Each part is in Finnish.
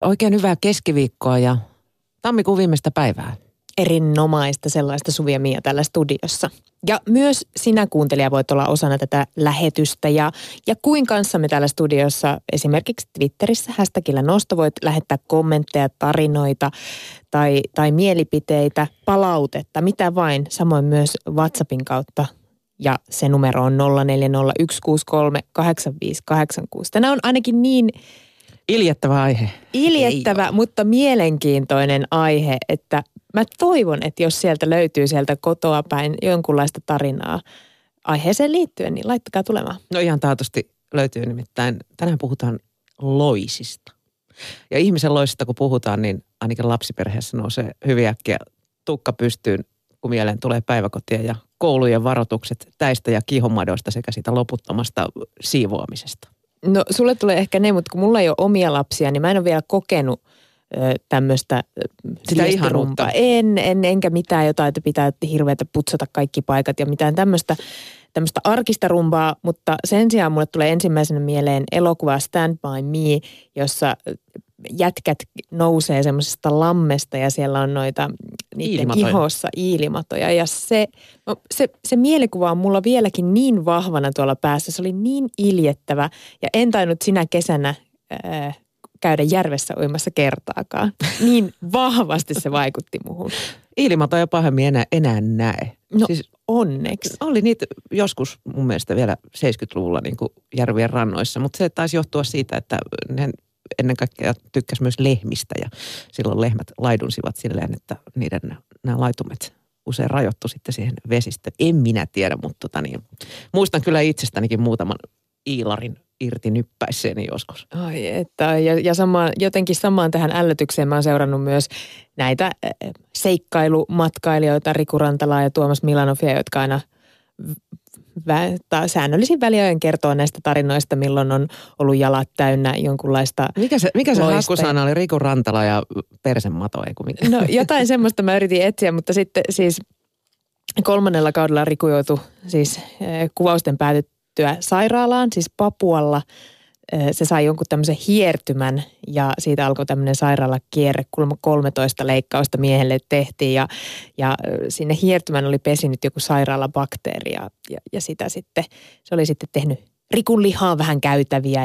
Oikein hyvää keskiviikkoa ja tammikuun viimeistä päivää. Erinomaista sellaista Suvi ja Mia täällä studiossa. Ja myös sinä kuuntelija voit olla osana tätä lähetystä ja kuin kanssamme täällä studiossa esimerkiksi Twitterissä hashtagillä Nosto voit lähettää kommentteja, tarinoita tai mielipiteitä, palautetta, mitä vain. Samoin myös WhatsAppin kautta ja se numero on 0401638586. Tänään on ainakin niin iljettävä aihe. Iljettävä, mutta mielenkiintoinen aihe, että mä toivon, että jos sieltä löytyy sieltä kotoa päin jonkunlaista tarinaa aiheeseen liittyen, niin laittakaa tulemaan. No ihan taatusti löytyy, nimittäin tänään puhutaan loisista. Ja ihmisen loisista kun puhutaan, niin ainakin lapsiperheessä nousee hyvin äkkiä tukka pystyyn, kun mieleen tulee päiväkotia ja koulujen varoitukset täistä ja kihonmadoista sekä sitä loputtomasta siivoamisesta. No sulle tulee ehkä ne, mutta kun mulla ei ole omia lapsia, niin mä en ole vielä kokenut tämmöistä sitä ihanuutta. Enkä mitään jotain, että pitää hirveätä putsata kaikki paikat ja mitään tämmöistä arkista rumbaa, mutta sen sijaan mulle tulee ensimmäisenä mieleen elokuva Stand By Me, jossa jätkät nousee semmoisesta lammesta ja siellä on noita niiden ihossa iilimatoja. Ja se mielikuva on mulla vieläkin niin vahvana tuolla päässä. Se oli niin iljettävä ja en tainnut sinä kesänä käydä järvessä uimassa kertaakaan. Niin vahvasti se vaikutti muhun. Iilimatoja pahemmin enää näe. No siis, onneksi. Oli niitä joskus mun mielestä vielä 70-luvulla niin kuin järvien rannoissa, mutta se taisi johtua siitä, että ne ennen kaikkea tykkäsi myös lehmistä ja silloin lehmät laidunsivat silleen, että nämä laitumet usein rajoittu sitten siihen vesistöön. En minä tiedä, mutta muistan kyllä itsestänikin muutaman iilarin irti nyppäisseeni joskus. Ai että, ja jotenkin samaan tähän ällötykseen mä oon seurannut myös näitä seikkailumatkailijoita, Riku Rantalaa ja Tuomas Milanovia, jotka aina säännöllisin väliajoin kertoo näistä tarinoista, milloin on ollut jalat täynnä jonkunlaista Mikä se hakusana oli? Riku Rantala ja persemato, ei kun mikä? No jotain semmoista mä yritin etsiä, mutta sitten siis 3. kaudella Riku joutui siis kuvausten päätyttyä sairaalaan, siis Papualla. Se sai jonkun tämmöisen hiertymän ja siitä alkoi tämmöinen sairaalakierre. 13 leikkausta miehelle tehtiin ja sinne hiertymän oli pesinyt joku sairaalabakteeri ja sitä sitten, se oli sitten tehnyt Rikun lihaan vähän käytäviä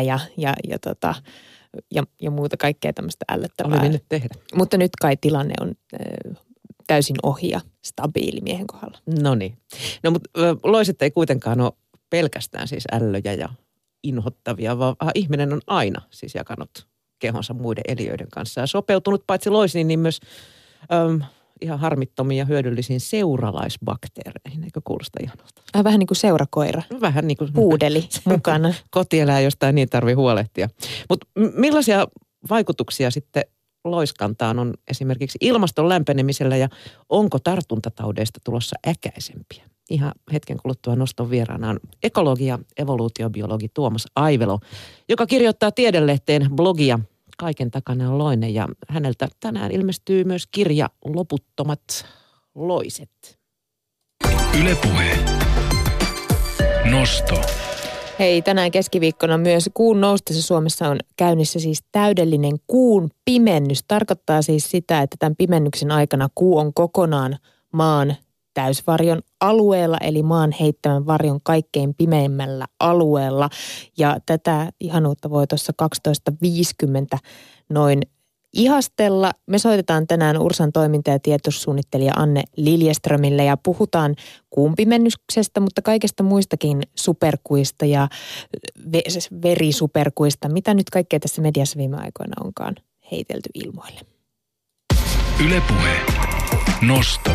ja muuta kaikkea tämmöistä ällöttävää. Oli nyt tehdä. Mutta nyt kai tilanne on täysin ohi ja stabiili miehen kohdalla. Noniin. No mutta loiset ei kuitenkaan ole pelkästään siis ällöjä ja inhottavia, vaan ihminen on aina siis jakanut kehonsa muiden eliöiden kanssa ja sopeutunut paitsi loisiin, niin myös ihan harmittomiin ja hyödyllisiin seuralaisbakteereihin. Eikö kuulosta ihanalta? Vähän niin kuin seurakoira. Vähän niin kuin puudeli mukana. Kotieläin, jostain niin tarvii huolehtia. Mutta millaisia vaikutuksia sitten loiskantaan on esimerkiksi ilmaston lämpenemisellä ja onko tartuntataudeista tulossa äkäisempiä? Ihan hetken kuluttua Noston vieraana on ekologi ja evoluutiobiologi Tuomas Aivelo, joka kirjoittaa Tiedelehteen blogia Kaiken takana on loinen ja häneltä tänään ilmestyy myös kirja Loputtomat loiset. Yle Puhe. Nosto. Hei, tänään keskiviikkona myös kuun noustessa Suomessa on käynnissä siis täydellinen kuun pimennys. Tarkoittaa siis sitä, että tämän pimennyksen aikana kuu on kokonaan maan täysvarjon alueella, eli maan heittämän varjon kaikkein pimeimmällä alueella. Ja tätä ihanuutta voi tuossa 12.50 noin ihastella. Me soitetaan tänään Ursan toiminta- ja tietosuunnittelija Anne Liljeströmille ja puhutaan kuun pimennyksestä, mutta kaikesta muistakin superkuista ja verisuperkuista. Mitä nyt kaikkea tässä mediassa viime aikoina onkaan heitelty ilmoille. Yle Puhe. Nosto.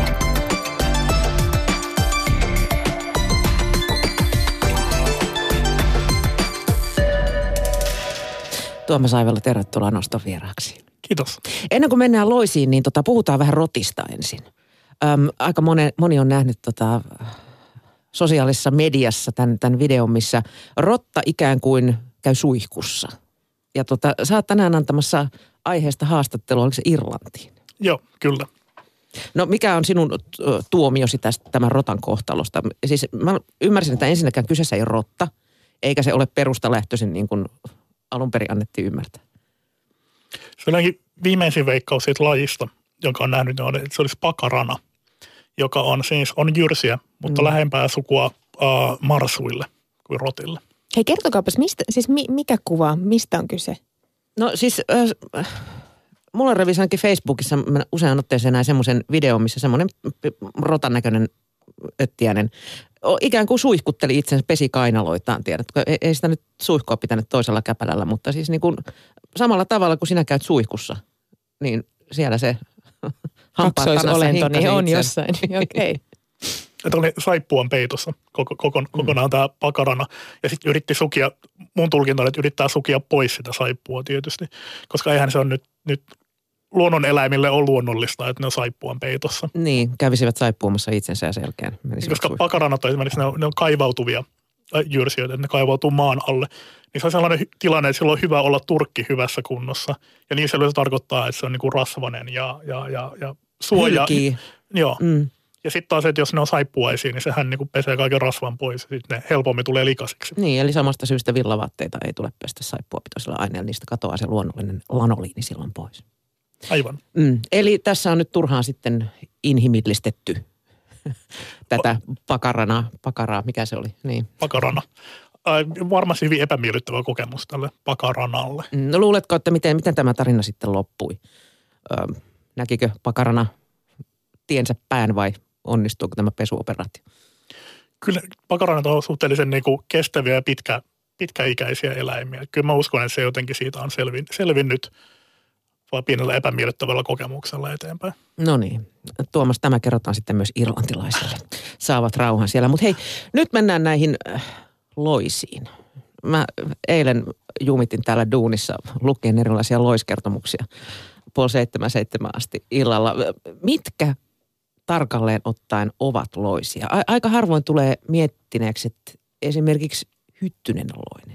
Tuomas Aivelo, tervetuloa Noston vieraaksi. Kiitos. Ennen kuin mennään loisiin, niin puhutaan vähän rotista ensin. Aika moni on nähnyt sosiaalisessa mediassa tämän videon, missä rotta ikään kuin käy suihkussa. Ja sä oot tänään antamassa aiheesta haastattelua, oliko se Irlantiin? Joo, kyllä. No mikä on sinun tuomiosi tämän rotan kohtalosta? Siis mä ymmärsin, että ensinnäkään kyseessä ei ole rotta, eikä se ole perusta lähtöisin niin kuin alun perin annettiin ymmärtää. Se oli viimeisin veikkaus siitä lajista, jonka on nähnyt, että se olisi pakarana, joka on jyrsiä, mutta lähempää sukua marsuille kuin rotille. Hei, kertokaapas, mikä kuva, mistä on kyse? No siis, mulla revisi ainakin Facebookissa, mä usein otteeseen näin semmoisen videon, missä semmoinen rotan näköinen öttiäinen ikään kuin suihkutteli itsensä, pesi kainaloitaan, tiedätkö? Ei sitä nyt suihkua pitänyt toisella käpälällä, mutta siis niin kuin samalla tavalla kuin sinä käyt suihkussa, niin siellä se kaksoisolento niin on jossain. Okei. Että oli saippuan peitossa kokonaan tämä pakarana. Ja sitten yritti sukia, mun tulkinta oli, että yrittää sukia pois sitä saippua tietysti. Koska eihän se on nyt luonnon eläimille on luonnollista, että ne on saippuan peitossa. Niin, kävisivät saippuamassa itsensä ja selkeän. Koska pakaranat on esimerkiksi, ne on kaivautuvia jyrsijöitä, että ne kaivautuu maan alle. Niin se on sellainen tilanne, että silloin on hyvä olla turkki hyvässä kunnossa. Ja niin se tarkoittaa, että se on niin kuin rasvainen ja suoja. Hylkii. Joo. Ja sitten taas, että jos ne on saippuaisia, niin sehän niin kuin pesee kaiken rasvan pois ja sitten ne helpommin tulee likasiksi. Niin, eli samasta syystä villavaatteita ei tule pestä saippuapitoisella aineella. Niistä katoaa se luonnollinen lanoliini silloin pois. Aivan. Eli tässä on nyt turhaan sitten inhimillistetty tätä pakaraa, mikä se oli? Niin. Pakarana. Varmasti hyvin epämiellyttävä kokemus tälle pakaranalle. No luuletko, että miten tämä tarina sitten loppui? Näkikö pakarana tiensä pään vai onnistuuko tämä pesuoperaatio? Kyllä pakaranat on suhteellisen niin kuin kestäviä ja pitkäikäisiä eläimiä. Kyllä mä uskon, että se jotenkin siitä on selvinnyt vai pienellä epämiellyttävällä kokemuksella eteenpäin. No niin. Tuomas, tämä kerrotaan sitten myös irlantilaisille. Saavat rauhan siellä. Mutta hei, nyt mennään näihin loisiin. Mä eilen jumitin täällä duunissa lukien erilaisia loiskertomuksia 6:30 asti illalla. Mitkä tarkalleen ottaen ovat loisia? Aika harvoin tulee miettineeksi, että esimerkiksi hyttynen on loinen.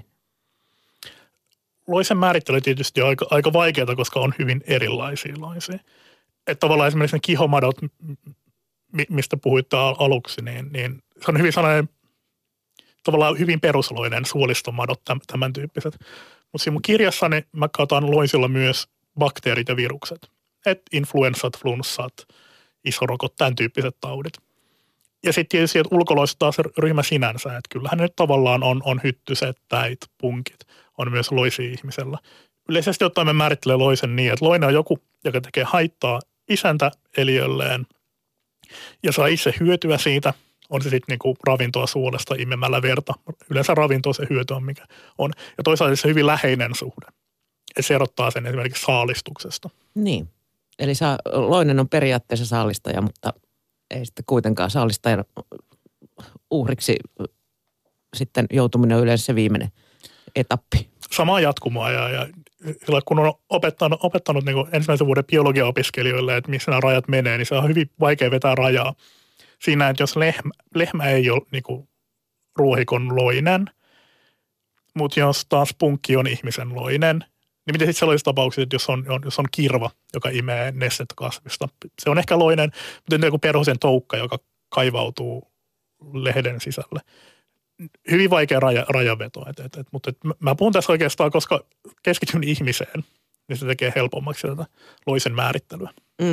Loisen määrittely tietysti on aika vaikeaa, koska on hyvin erilaisia loisia. Että tavallaan esimerkiksi ne kihomadot, mistä puhuitte aluksi, niin se on hyvin sellainen tavallaan hyvin perusloinen suolistomadot, tämän tyyppiset. Mutta siinä mun kirjassani mä katson loisilla myös bakteerit ja virukset. Että influenssat, flunssat, isorokot, tämän tyyppiset taudit. Ja sitten tietysti, että ulkoloissa taas ryhmä sinänsä, että kyllähän ne tavallaan on hyttyset, täit, punkit, on myös loisia ihmisellä. Yleisesti ottaen me määrittelee loisen niin, että loinen on joku, joka tekee haittaa isäntäeliölleen ja saa itse hyötyä siitä. On se sitten niinku ravintoa suolesta imemällä verta. Yleensä ravintoa se hyöty on, mikä on. Ja toisaalta se hyvin läheinen suhde. Ja se erottaa sen esimerkiksi saalistuksesta. Niin. Eli loinen on periaatteessa saalistaja, mutta ei sitten kuitenkaan saalistajan uhriksi sitten joutuminen on yleensä se viimeinen etappi. Samaa jatkumoa ja kun on opettanut niin kuin ensimmäisen vuoden biologiaopiskelijoille, että missä nämä rajat menee, niin se on hyvin vaikea vetää rajaa. Siinä, että jos lehmä ei ole niin kuin ruohikon loinen, mutta jos taas punkki on ihmisen loinen, niin miten sitten sellaisissa tapauksissa, että jos on kirva, joka imee nestettä kasvista, se on ehkä loinen, mutta joku perhosen toukka, joka kaivautuu lehden sisälle. Hyvin vaikea rajanveto, mutta mä puhun tässä oikeastaan, koska keskityn ihmiseen, niin se tekee helpommaksi tätä loisen määrittelyä.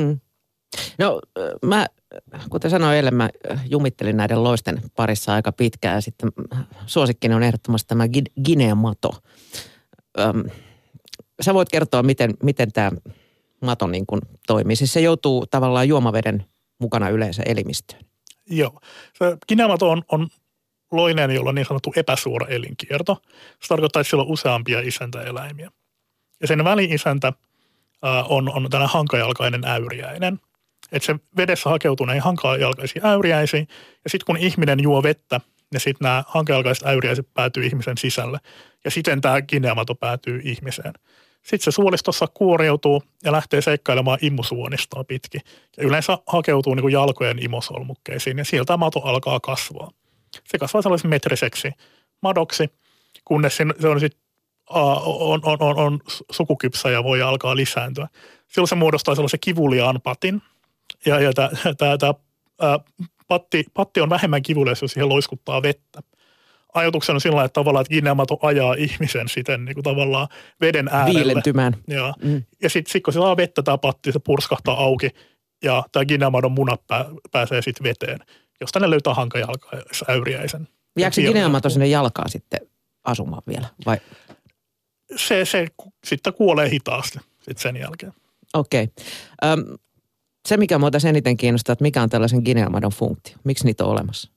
No mä, kuten sanoin eilen, mä jumittelin näiden loisten parissa aika pitkään ja sitten suosikkini on ehdottomasti tämä Guinea-mato. Sä voit kertoa, miten tämä mato niin kuin toimii. Siis se joutuu tavallaan juomaveden mukana yleensä elimistöön. Joo. Se Guinea-mato on loinen, jolla on niin sanottu epäsuora elinkierto. Se tarkoittaa, että sillä on useampia isäntäeläimiä. Ja sen väli-isäntä on tällainen hankajalkainen äyriäinen. Että se vedessä hakeutuu näihin hankajalkaisiin äyriäisiin. Ja sitten kun ihminen juo vettä, niin sitten nämä hankajalkaiset äyriäiset päätyy ihmisen sisälle. Ja siten tämä Guinea-mato päätyy ihmiseen. Sitten se suolistossa kuoriutuu ja lähtee seikkailemaan imusuonistoa pitkin. Ja yleensä hakeutuu niin kuin jalkojen imosolmukkeisiin ja sieltä mato alkaa kasvaa. Se kasvaa sellaisen metriseksi madoksi, kunnes se on sitten on sukukypsä ja voi alkaa lisääntyä. Silloin se muodostaa sellaisen kivuliaan patin. Ja tämä patti on vähemmän kivulias, jos siihen loiskuttaa vettä. ajatuksena on sillä että tavallaan, että Guinea-mato ajaa ihmisen siten niin kuin tavallaan veden äärelle. Viilentymään. Ja sitten kun se saa vettä tämä patti, se purskahtaa auki ja tämä Guinea-madon munat pääsee sitten veteen, josta ne löytää hankajalkaa äyriäisen. Jääkö se Guinea-mato sinne jalkaan sitten asumaan vielä vai? Se sitten kuolee hitaasti sitten sen jälkeen. Okei. Se, mikä minua tässä eniten kiinnostaa, että mikä on tällaisen Guinea-madon funktio? Miksi niitä on olemassa?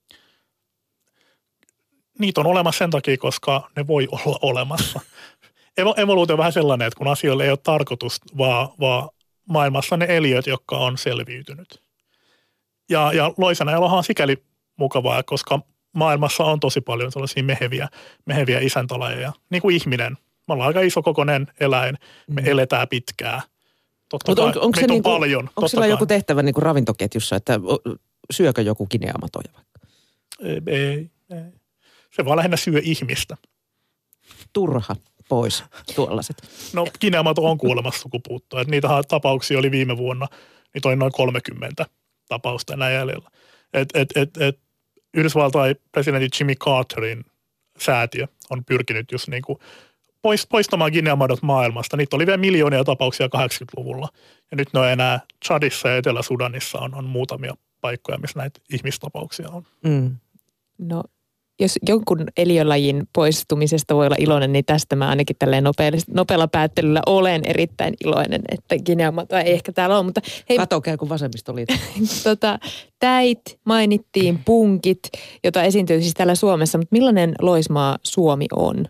Niitä on olemassa sen takia, koska ne voi olla olemassa. Evoluutio on vähän sellainen, että kun asioilla ei ole tarkoitus, vaan maailmassa ne eliöt, jotka on selviytynyt. Ja loisena elohan on sikäli mukavaa, koska maailmassa on tosi paljon sellaisia meheviä isäntälajeja, niin kuin ihminen. Me ollaan aika isokokoinen eläin, me eletään pitkään. Totta kai, onko se on niinku, paljon. Onko sillä joku tehtävä niinku ravintoketjussa, että syökö joku Guinea-matoja vaikka? Ei. Se vaan lähinnä syö ihmistä. Turha pois tuollaiset. No Guinea-mato on kuolemassa sukupuuttoon. Niitä tapauksia oli viime vuonna, niitä oli noin 30 tapausta enää jäljellä. Yhdysvaltain presidentti Jimmy Carterin säätiö on pyrkinyt just niin kuin poistamaan Guinea-madot maailmasta. Niitä oli vielä miljoonia tapauksia 80-luvulla. Ja nyt ne on enää Chadissa ja Etelä-Sudanissa on muutamia paikkoja, missä näitä ihmistapauksia on. No, jos jonkun eliölajin poistumisesta voi olla iloinen, niin tästä mä ainakin tälleen nopealla päättelyllä olen erittäin iloinen, että Guinea-matoa ei ehkä täällä ole. Mutta hei, Kato käy kuin vasemmistoliitto. Täit mainittiin, punkit, jota esiintyy siis täällä Suomessa, mutta millainen loismaa Suomi on?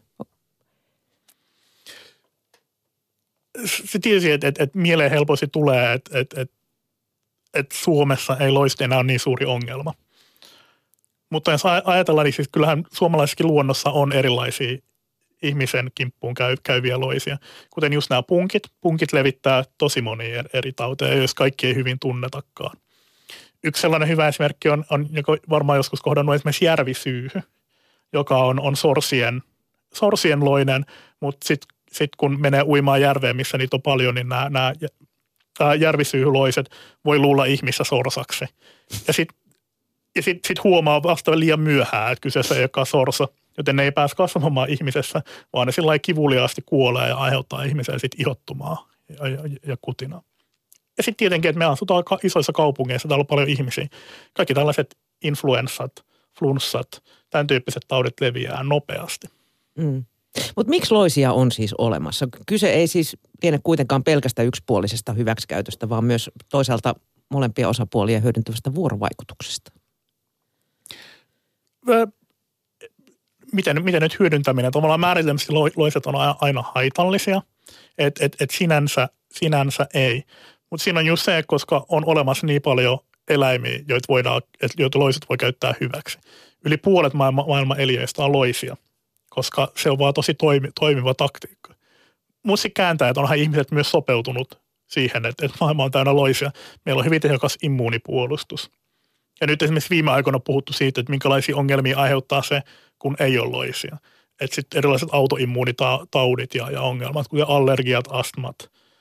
Se tietysti, että mieleen helposti tulee, että Suomessa ei loisto enää ole niin suuri ongelma. Mutta jos ajatellaan, niin siis kyllähän suomalaisessakin luonnossa on erilaisia ihmisen kimppuun käyviä loisia. Kuten just nämä punkit. Punkit levittää tosi monia eri tauteja, jos kaikki ei hyvin tunnetakaan. Yksi sellainen hyvä esimerkki on joka varmaan joskus kohdannut esimerkiksi järvisyyhy, joka on sorsien loinen, mutta sitten kun menee uimaan järveen, missä niitä on paljon, niin nämä järvisyyhyloiset voi luulla ihmissä sorsaksi. Ja sitten huomaa vasta liian myöhään, että kyseessä ei olekaan sorsa, joten ne ei pääse kasvamaan ihmisessä, vaan ne sillä lailla kivuliaasti kuolee ja aiheuttaa ihmiselle sitten ihottumaa ja kutinaa. Ja sitten tietenkin, että me asutaan isoissa kaupungeissa, täällä on paljon ihmisiä. Kaikki tällaiset influenssat, flunssat, tämän tyyppiset taudit leviää nopeasti. Mutta miksi loisia on siis olemassa? Kyse ei siis tiedä kuitenkaan pelkästään yksipuolisesta hyväksikäytöstä, vaan myös toisaalta molempia osapuolia hyödyntävästä vuorovaikutuksesta. Miten nyt hyödyntäminen? Tavallaan määritelmästi loiset on aina haitallisia, että sinänsä ei. Mutta siinä on just se, koska on olemassa niin paljon eläimiä, joita loiset voi käyttää hyväksi. Yli puolet maailman eliöistä on loisia, koska se on vaan tosi toimiva taktiikka. Mutta se kääntää, että onhan ihmiset myös sopeutunut siihen, että maailma on täynnä loisia. Meillä on hyvin tehokas immuunipuolustus. Ja nyt esimerkiksi viime aikoina on puhuttu siitä, että minkälaisia ongelmia aiheuttaa se, kun ei ole loisia. Että sitten erilaiset autoimmuunitaudit ja ongelmat, kuten allergiat, astmat,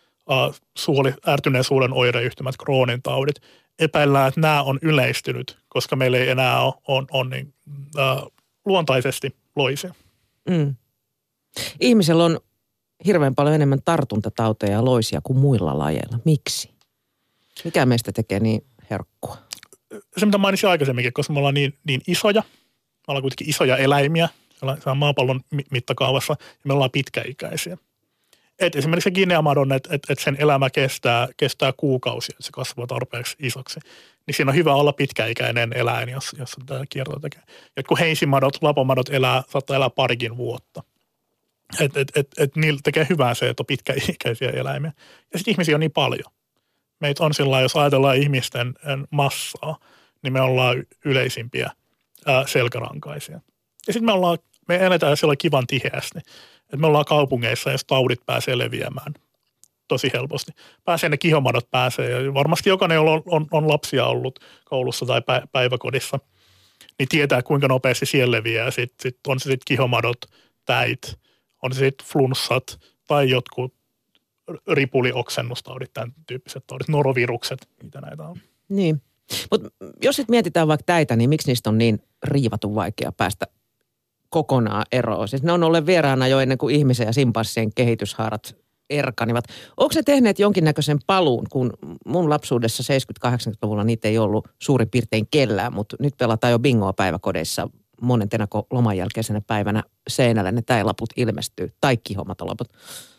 ärtyneen suolen oireyhtymät, Crohnin taudit. Epäillään, että nämä on yleistynyt, koska meillä ei enää ole luontaisesti loisia. Ihmisellä on hirveän paljon enemmän tartuntatauteja ja loisia kuin muilla lajeilla. Miksi? Mikä meistä tekee niin herkkua? Se, mitä mainitsin aikaisemminkin, koska me ollaan niin isoja, me ollaan kuitenkin isoja eläimiä, se on maapallon mittakaavassa, ja me ollaan pitkäikäisiä. Et esimerkiksi se Guinea-madon, että sen elämä kestää kuukausia, että se kasvaa tarpeeksi isoksi. Niin siinä on hyvä olla pitkäikäinen eläin, jos tätä kiertoa tekee. Ja kun heisimadot, lapomadot saattaa elää parikin vuotta. Niillä tekee hyvää se, että on pitkäikäisiä eläimiä. Ja sitten ihmisiä on niin paljon. Meitä on sillä, jos ajatellaan ihmisten massaa, niin me ollaan yleisimpiä selkärankaisia. Ja sitten me eletään siellä kivan tiheästi. Että me ollaan kaupungeissa, jos taudit pääsee leviämään tosi helposti. Pääsee ne kihomadot pääsee. Ja varmasti jokainen, jolla on lapsia ollut koulussa tai päiväkodissa, niin tietää, kuinka nopeasti siellä leviää. Sitten on se sitten kihomadot, täit, on se sitten flunssat tai jotkut ripulioksennustaudit, tämän tyyppiset taudit, norovirukset, mitä näitä on. Niin, mutta jos sitten mietitään vaikka täitä, niin miksi niistä on niin riivatun vaikea päästä kokonaan eroon. Siis ne on olleet vieraana jo ennen kuin ihmisen ja simpanssien kehityshaarat erkanivat. Onko ne tehneet jonkinnäköisen paluun, kun mun lapsuudessa 70-80-luvulla niitä ei ollut suurin piirtein kellään, mutta nyt pelataan jo bingoa päiväkodeissa monentena loman jälkeisenä päivänä seinällä ne täilaput ilmestyy, tai kihomatolaput.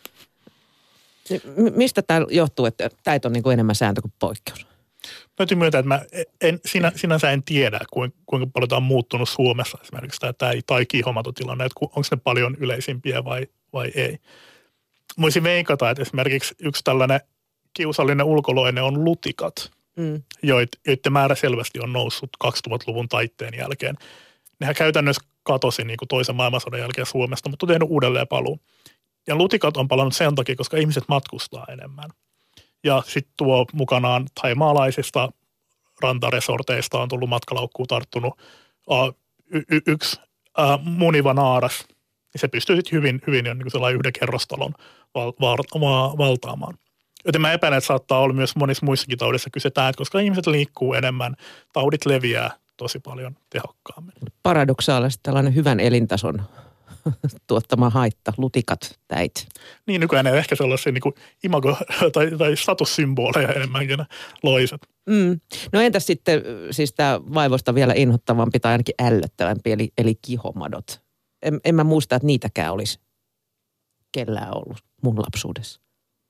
Mistä tämä johtuu, että täitä on niin kuin enemmän sääntö kuin poikkeus? Täytyy myöntää, että mä sinänsä en tiedä, kuinka paljon tämä on muuttunut Suomessa esimerkiksi tämä tai kiihomatotilanne, että onko ne paljon yleisimpiä vai ei. Voisin veikata, että esimerkiksi yksi tällainen kiusallinen ulkoloinen on lutikat, joiden määrä selvästi on noussut 2000-luvun taitteen jälkeen. Nehän käytännössä katosi niin kuin toisen maailmansodan jälkeen Suomesta, mutta on tehnyt uudelleen paluun. Ja lutikat on palannut sen takia, koska ihmiset matkustaa enemmän. Ja sitten tuo mukanaan thaimaalaisista rantaresorteista on tullut matkalaukkuun tarttunut yksi muniva naaras. Se pystyy sitten hyvin niin sellainen yhden kerrostalon valtaamaan. Joten mä epäilen, että saattaa olla myös monissa muissakin taudissa kyse tämä, että koska ihmiset liikkuu enemmän, taudit leviää tosi paljon tehokkaammin. Paradoksaalisesti tällainen hyvän elintason tuottama haitta, lutikat, täit. Niin, nykyään ne ehkä sellaisia niin kuin imago- tai statussymboleja enemmänkin loiset. No entäs sitten siis tämä vaivoista vielä inhottavampi tai ainakin ällöttävämpi, eli kihomadot. En mä muista, että niitäkään olisi kellään ollut mun lapsuudessa.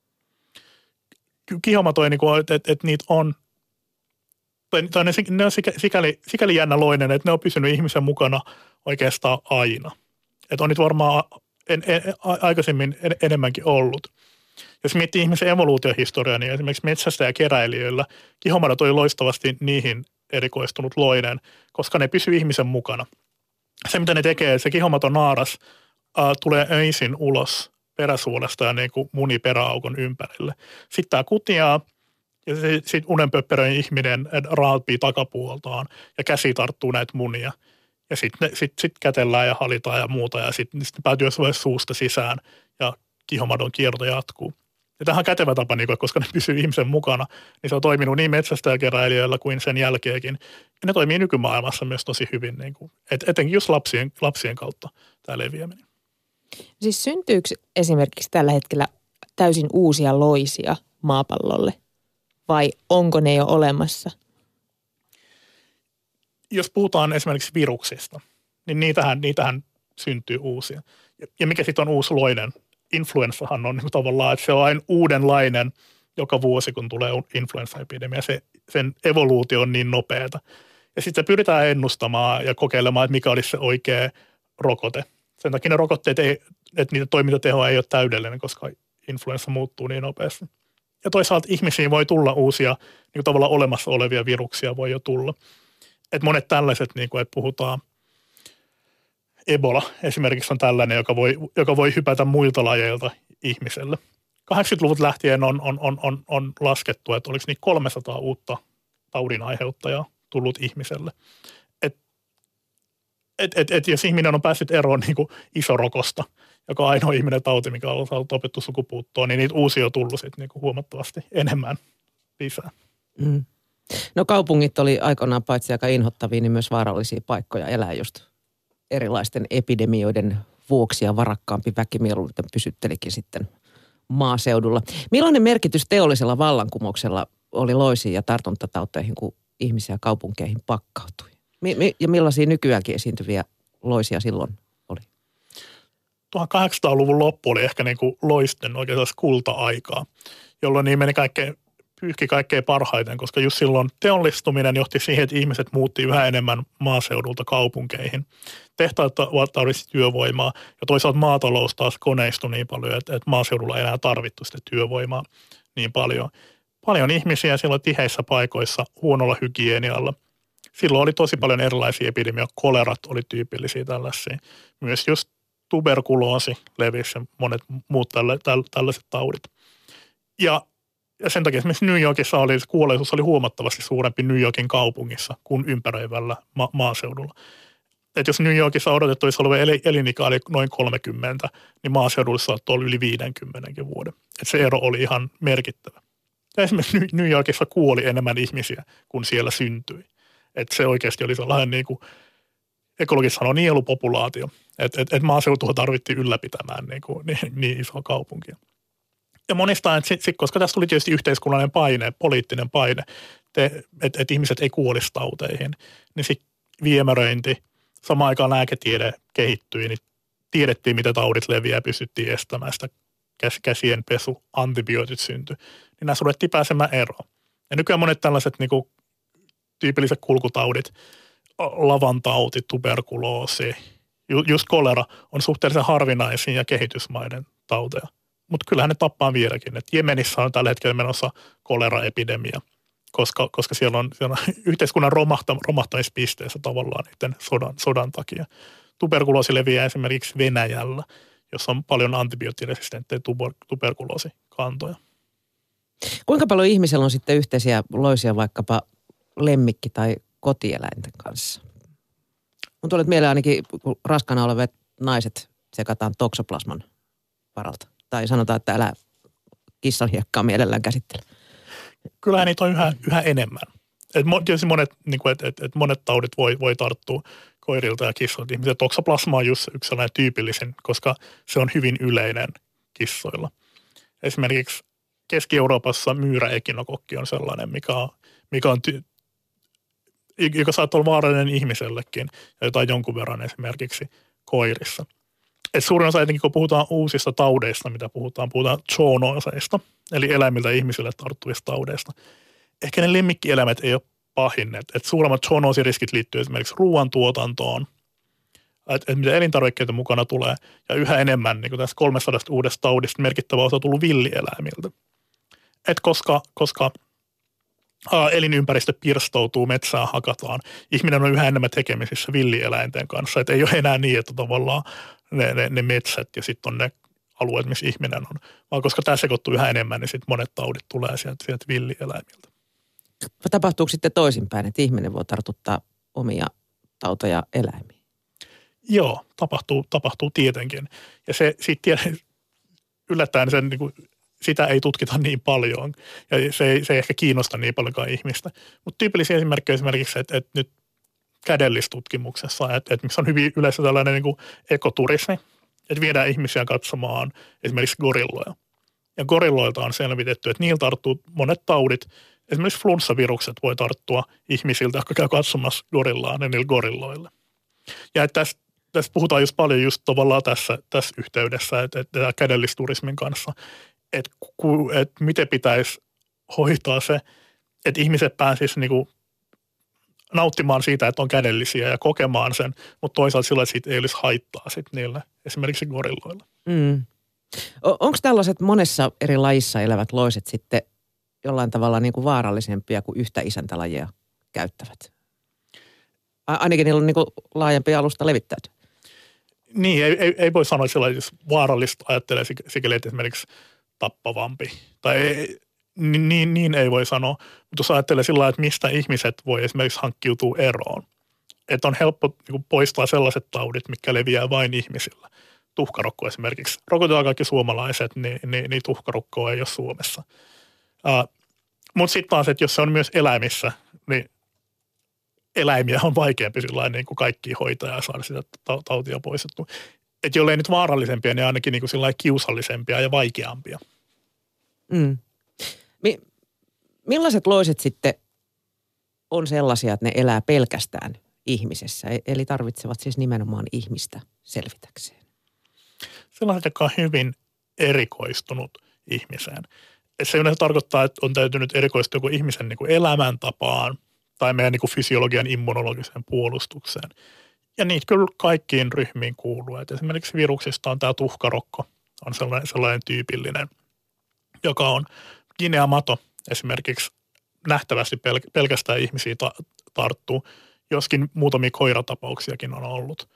Kihomatoi, niin että niitä on, tai ne on sikäli jännäloinen, että ne on pysynyt ihmisen mukana oikeastaan aina. Että on nyt varmaan aikaisemmin enemmänkin ollut. Jos miettii ihmisen evoluutiohistoriaa, niin esimerkiksi metsästäjäkeräilijöillä kihomadot oli loistavasti niihin erikoistunut loinen, koska ne pysyy ihmisen mukana. Se, mitä ne tekee, se kihomaton naaras tulee öisin ulos peräsuolesta ja niin kuin muni peräaukon ympärille. Sitten tämä kutiaa ja sitten unenpöpperöin ihminen raapii takapuoltaan ja käsi tarttuu näitä munia. Ja sitten sit kätellään ja halitaan ja muuta ja sitten päätyy suusta sisään ja kihomadon kierto jatkuu. Ja tähän on kätevä tapa, koska ne pysyy ihmisen mukana, niin se on toiminut niin metsästäjäkeräilijöillä kuin sen jälkeenkin. Ja ne toimii nykymaailmassa myös tosi hyvin, etenkin just lapsien kautta tämä leviäminen. Siis syntyykö esimerkiksi tällä hetkellä täysin uusia loisia maapallolle vai onko ne jo olemassa? Jos puhutaan esimerkiksi viruksista, niin niitähän syntyy uusia. Ja mikä sitten on uusi loinen? Influenssahan on niin tavallaan, että se on aina uudenlainen joka vuosi, kun tulee influenssaepidemia. Sen evoluutio on niin nopeata. Ja sitten se pyritään ennustamaan ja kokeilemaan, että mikä olisi se oikea rokote. Sen takia ne rokotteet että niiden toimintateho ei ole täydellinen, koska influenssa muuttuu niin nopeasti. Ja toisaalta ihmisiin voi tulla uusia, niin tavallaan olemassa olevia viruksia voi jo tulla. Että monet tällaiset, niin kuin, että puhutaan, Ebola esimerkiksi on tällainen, joka voi hypätä muilta lajeilta ihmiselle. 80-luvut lähtien on laskettu, että oliko niitä 300 uutta taudin aiheuttajaa tullut ihmiselle. Et jos ihminen on päässyt eroon niin kuin isorokosta, joka on ainoa ihminen tauti, mikä on opettu sukupuuttoon, niin niitä uusia on tullut sitten niin kuin huomattavasti enemmän lisää. Mm. No kaupungit oli aikoinaan paitsi aika inhottavia, niin myös vaarallisia paikkoja elää just erilaisten epidemioiden vuoksi ja varakkaampi väki mieluiten pysyttelikin sitten maaseudulla. Millainen merkitys teollisella vallankumouksella oli loisiin ja tartuntatauteihin, kun ihmisiä kaupunkeihin pakkautui? Ja millaisia nykyäänkin esiintyviä loisia silloin oli? 1800-luvun loppu oli ehkä niin kuin loisten oikeastaan kulta-aikaa, jolloin niin meni pyyhki kaikkein parhaiten, koska just silloin teollistuminen johti siihen, että ihmiset muutti yhä enemmän maaseudulta kaupunkeihin. Tehtaat tarvitsi työvoimaa ja toisaalta maatalous taas koneistui niin paljon, että maaseudulla ei enää tarvittu sitä työvoimaa niin paljon. Paljon ihmisiä silloin tiheissä paikoissa huonolla hygienialla. Silloin oli tosi paljon erilaisia epidemioita. Kolerat oli tyypillisiä tällaisia. Myös just tuberkuloosi levisi ja monet muut tällaiset taudit. Ja sen takia esimerkiksi New Yorkissa kuolleisuus oli huomattavasti suurempi New Yorkin kaupungissa kuin ympäröivällä maaseudulla. Että jos New Yorkissa odotettavissa oleva elinikä oli noin 30, niin maaseudulla saattoi olla yli 50 vuoden. Että se ero oli ihan merkittävä. Ja esimerkiksi New Yorkissa kuoli enemmän ihmisiä kuin siellä syntyi. Että se oikeasti oli sellainen niin kuin ekologissa sanoo nielupopulaatio. Että maaseutua tarvittiin ylläpitämään niin isoa kaupunkia. Ja monistaan, koska tässä tuli tietysti yhteiskunnallinen paine, poliittinen paine, että ihmiset ei kuolisi tauteihin, niin sitten viemäröinti, samaan aikaan lääketiede kehittyi, niin tiedettiin, mitä taudit leviää ja pystyttiin estämään sitä käsien pesu, antibiootit syntyi. Niin näissä ruvettiin pääsemään eroon. Ja nykyään monet tällaiset tyypilliset kulkutaudit, lavantauti, tuberkuloosi, just kolera on suhteellisen harvinaisia ja kehitysmaiden tauteja. Mutta kyllähän ne tappaa vieläkin. Et Jemenissä on tällä hetkellä menossa koleraepidemia, koska siellä on yhteiskunnan romahtamispisteessä tavallaan niiden sodan takia. Tuberkuloosi leviää esimerkiksi Venäjällä, jossa on paljon antibioottiresistenttejä tuberkuloosikantoja. Kuinka paljon ihmisellä on sitten yhteisiä loisia vaikkapa lemmikki- tai kotieläinten kanssa? Mun tulee mieleen ainakin, kun raskaana olevat naiset sekataan toksoplasman varalta. Tai sanotaan, että älä kissan hiekkaa mielellään käsittele. Kyllähän niitä on yhä enemmän. Tietysti monet taudit voi tarttua koirilta ja kissoilta. Ihmisen toksoplasma on just yksi sellainen tyypillisen, koska se on hyvin yleinen kissoilla. Esimerkiksi Keski-Euroopassa myyräekinokokki on sellainen, joka saattaa olla vaarallinen ihmisellekin ja jotain jonkun verran esimerkiksi koirissa. Et suurin osa, etenkin kun puhutaan uusista taudeista, mitä puhutaan zoonooseista, eli eläimiltä ihmisille tarttuvista taudeista. Ehkä ne lemmikkieläimet ei ole pahin. Et suuremmat zoonoosiriskit liittyy esimerkiksi ruoantuotantoon, että mitä elintarvikkeita mukana tulee, ja yhä enemmän niin tässä 300 uudesta taudista merkittävä osa on tullut villieläimiltä. Koska elinympäristö pirstoutuu, metsää hakataan, ihminen on yhä enemmän tekemisissä villieläinten kanssa. Et ei ole enää niin, että tavallaan ne metsät ja sitten on ne alueet, missä ihminen on. Vaan koska tämä sekoittuu yhä enemmän, niin sitten monet taudit tulee sieltä villieläimiltä. Tapahtuuko sitten toisinpäin, että ihminen voi tartuttaa omia tautoja eläimiin? Joo, tapahtuu tietenkin. Ja yllättäen sen, sitä ei tutkita niin paljon ja se ei ehkä kiinnosta niin paljonkaan ihmistä. Mutta tyypillisiä esimerkkejä esimerkiksi, että nyt kädellistutkimuksessa, että missä on hyvin yleensä tällainen ekoturismi, että viedään ihmisiä katsomaan esimerkiksi gorilloja. Ja gorilloilta on selvitetty, että niillä tarttuu monet taudit. Esimerkiksi flunssavirukset voi tarttua ihmisiltä, jotka käy katsomassa gorillaa ja niillä gorilloille. Ja että tässä puhutaan just paljon just tavallaan tässä yhteydessä, että kädellisturismin kanssa, että miten pitäisi hoitaa se, että ihmiset pääsisivät nauttimaan siitä, että on kädellisiä ja kokemaan sen, mutta toisaalta sillä, että siitä ei olisi haittaa sitten niille, esimerkiksi gorilloilla. Onko tällaiset monessa eri lajissa elävät loiset sitten jollain tavalla vaarallisempia kuin yhtä isäntälajia käyttävät? Ainakin niillä on laajempi alusta levittäytyä. Niin, ei voi sanoa sillä, jos vaarallista ajattelee sikäli, että esimerkiksi tappavampi. Tai niin ei voi sanoa, mutta jos ajattelee sillä, että mistä ihmiset voi esimerkiksi hankkiutua eroon. Että on helppo poistaa sellaiset taudit, mitkä leviää vain ihmisillä. Tuhkarokko esimerkiksi. Rokotetaan kaikki suomalaiset, niin tuhkarokkoa ei ole Suomessa. Mutta sitten taas, että jos se on myös eläimissä, niin eläimiä on vaikeampi sillain kaikki hoitaa ja saada sitä tautia poistettua. Että jollei nyt vaarallisempia, niin ainakin kiusallisempia ja vaikeampia. Millaiset loiset sitten on sellaisia, että ne elää pelkästään ihmisessä, eli tarvitsevat siis nimenomaan ihmistä selvitäkseen? Sellaiset, jotka on hyvin erikoistunut ihmiseen. Se yleensä tarkoittaa, että on täytynyt erikoistua joku ihmisen elämäntapaan tai meidän fysiologian immunologiseen puolustukseen. Ja niitä kyllä kaikkiin ryhmiin kuuluu. Et esimerkiksi viruksista on tämä tuhkarokko, on sellainen tyypillinen, joka on Guinea-mato esimerkiksi nähtävästi pelkästään ihmisiä tarttuu, joskin muutamia koiratapauksiakin on ollut.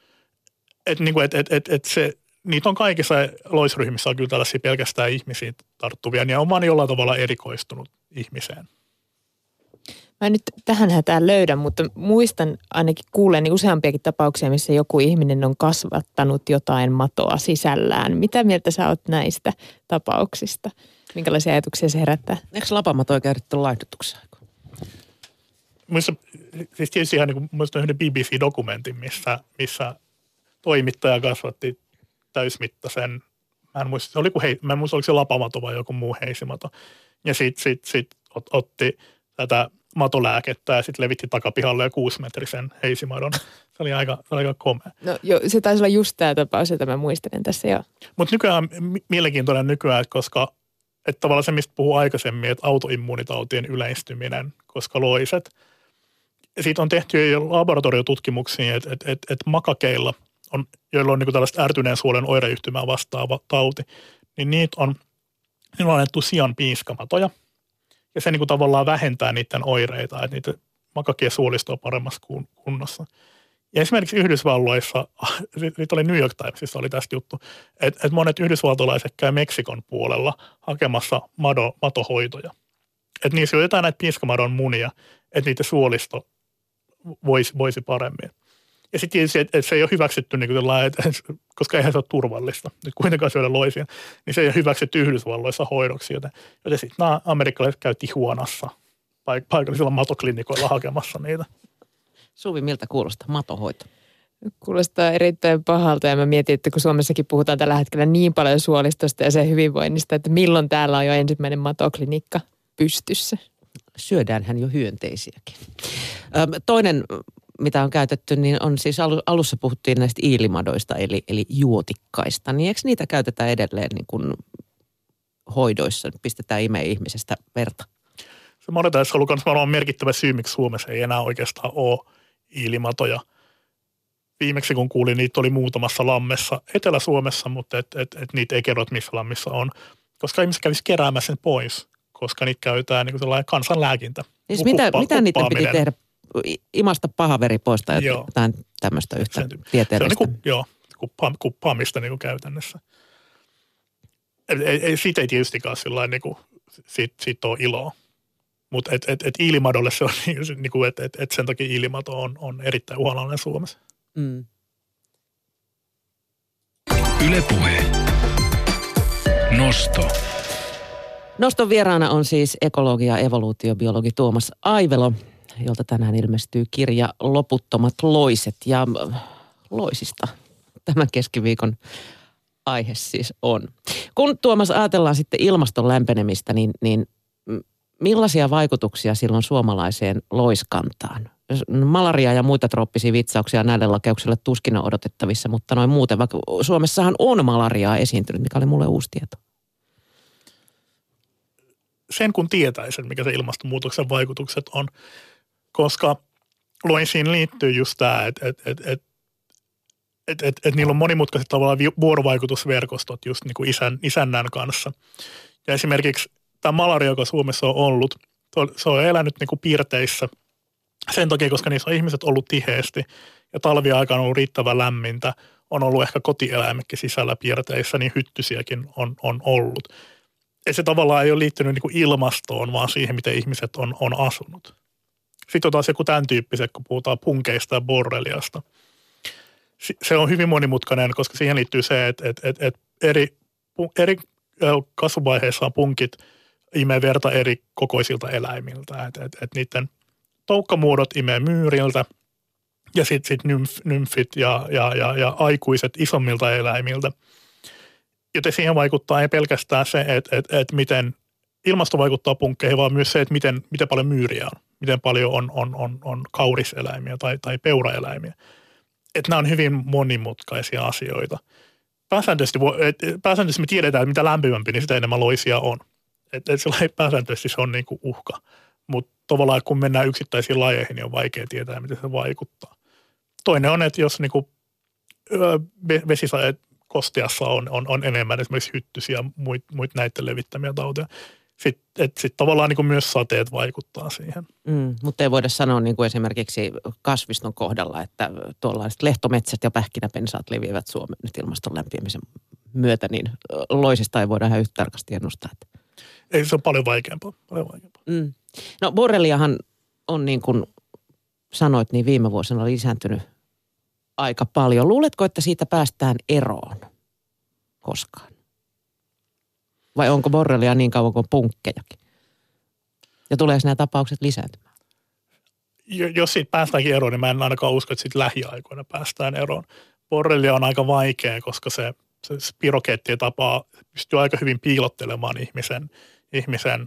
Niitä on kaikissa loisryhmissä on kyllä tällaisia pelkästään ihmisiä tarttuvia, niin on vaan jollain tavalla erikoistunut ihmiseen. Mä nyt tähän hätään löydän, mutta muistan ainakin kuulleeni useampiakin tapauksia, missä joku ihminen on kasvattanut jotain matoa sisällään. Mitä mieltä sä oot näistä tapauksista? Minkälaisia ajatuksia se herättää? Eikö lapamatoja käytetty laihdutuksen aikaan? siis tietysti ihan niin kuin yhden BBC-dokumentin, missä toimittaja kasvatti täysmittaisen, mä en muista oliko se lapamato vai joku muu heisimato. Ja sit otti tätä matolääkettä ja sitten levitti takapihalle 6-metrisen heisimadon. Se oli aika komea. No jo, se taisi olla just tämä tapaus, jota mä muistelen tässä jo. Mutta nykyään mielenkiintoinen nykyään, koska että tavallaan se, mistä puhuu aikaisemmin, että autoimmuunitautien yleistyminen, koska loiset. Siitä on tehty jo laboratoriotutkimuksia, että makakeilla, joilla on niin kuin tällaista ärtyneen suolen oireyhtymää vastaava tauti, niin niillä on annettu sian piiskamatoja. Ja se niin kuin tavallaan vähentää niiden oireita, että niitä makakien suolisto on paremmassa kunnossa. Ja esimerkiksi Yhdysvalloissa, siitä oli New York Timesissa oli tästä juttu, että monet yhdysvaltolaiset käy Meksikon puolella hakemassa matohoitoja. Että niissä jotain näitä piiskamadon munia, että niiden suolisto voisi paremmin. Ja sitten tietysti, että se ei ole hyväksytty, niin kuin koska eihän se ole turvallista, nyt kuitenkaan syödä loisia, niin se ei ole hyväksytty Yhdysvalloissa hoidoksi, joten sitten nämä amerikkalaiset käy Tijuanassa paikallisilla matoklinikoilla hakemassa niitä. Suvi, miltä kuulostaa matohoito? Kuulostaa erittäin pahalta ja mä mietin, että kun Suomessakin puhutaan tällä hetkellä niin paljon suolistosta ja sen hyvinvoinnista, että milloin täällä on jo ensimmäinen matoklinikka pystyssä. Syödäänhän jo hyönteisiäkin. Toinen, mitä on käytetty, niin on siis alussa puhuttiin näistä iilimadoista, eli juotikkaista. Niin eikö niitä käytetä edelleen niin kuin hoidoissa? Pistetään imeen ihmisestä verta. Se monetaissa on ollut myös varmaan merkittävä syy, miksi Suomessa ei enää oikeastaan ole iilimatoja. Viimeksi kun kuulin, niitä oli muutamassa lammessa Etelä-Suomessa, mutta et niitä ei kerro, missä lammissa on. Koska ihmiset kävisi keräämässä sen pois, koska niitä käytetään niin kuin sellainen kansanlääkintä. Siis mitä niiden piti tehdä? Imasta pahaveri pois tai jotain tämmöistä yhtä tieteellistä? Se on niin kuin, kuppaamista niin kuin käytännössä. Siitä ei tietystikään sillä niin kuin, siitä ole iloa. Mutta iilimadolle se on niin kuin, että sen takia iilimato on erittäin uhanalainen Suomessa. Mm. Yle Puhe. Nosto. Noston vieraana on siis ekologi- ja evoluutiobiologi Tuomas Aivelo, jolta tänään ilmestyy kirja Loputtomat loiset. Ja loisista tämän keskiviikon aihe siis on. Kun Tuomas ajatellaan sitten ilmaston lämpenemistä, niin millaisia vaikutuksia silloin suomalaiseen loiskantaan? Malaria ja muita trooppisia vitsauksia näille lakeuksille tuskin on odotettavissa, mutta noin muuten, vaikka Suomessahan on malariaa esiintynyt, mikä oli mulle uusi tieto. Sen kun tietäisen, mikä se ilmastonmuutoksen vaikutukset on, koska loisiin liittyy just tämä, että niillä on monimutkaiset tavallaan vuorovaikutusverkostot just niin kuin isännän kanssa. Ja esimerkiksi tämä malaria, joka Suomessa on ollut, se on elänyt niin kuin piirteissä sen takia, koska niissä on ihmiset ollut tiheesti ja talviaikana on ollut riittävän lämmintä, on ollut ehkä kotieläimetkin sisällä piirteissä, niin hyttysiäkin on ollut. Ja se tavallaan ei ole liittynyt niin kuin ilmastoon, vaan siihen, miten ihmiset on asunut. Sitten on taas joku tämän tyyppiset, kun puhutaan punkeista ja borreliasta. Se on hyvin monimutkainen, koska siihen liittyy se, että eri kasvuvaiheissa punkit imee verta eri kokoisilta eläimiltä. Että niiden toukkamuodot imee myyriltä ja sitten nymfit ja aikuiset isommilta eläimiltä. Joten siihen vaikuttaa ei pelkästään se, että miten ilmasto vaikuttaa punkkeihin, vaan myös se, että miten paljon myyriä on. Miten paljon on kauriseläimiä tai peuraeläimiä. Että nämä on hyvin monimutkaisia asioita. Pääsääntöisesti me tiedetään, että mitä lämpimämpi, niin sitä enemmän loisia on. Että pääsääntöisesti se on niin kuin uhka. Mutta tavallaan kun mennään yksittäisiin lajeihin, niin on vaikea tietää, miten se vaikuttaa. Toinen on, että jos niin kuin vesisajeet kosteassa on enemmän esimerkiksi hyttysiä ja muita näiden levittämiä tauteja. Sitten tavallaan niin kuin myös sateet vaikuttaa siihen. Mutta ei voida sanoa niin kuin esimerkiksi kasviston kohdalla, että tuollaiset lehtometsät ja pähkinäpensaat leviävät Suomeen nyt ilmaston lämpiämisen myötä, niin loisista ei voida ihan yhtä tarkasti ennustaa. Ei, se on paljon vaikeampaa. No borreliahan on niin kuin sanoit, niin viime vuosina lisääntynyt aika paljon. Luuletko, että siitä päästään eroon koskaan? Vai onko borrelia niin kauan kuin punkkejakin? Ja tuleeko nämä tapaukset lisääntymään? jos siitä päästäänkin eroon, niin mä en ainakaan usko, että siitä lähiaikoina päästään eroon. Borrelia on aika vaikea, koska se spirokeettien tapaa pystyy aika hyvin piilottelemaan ihmisen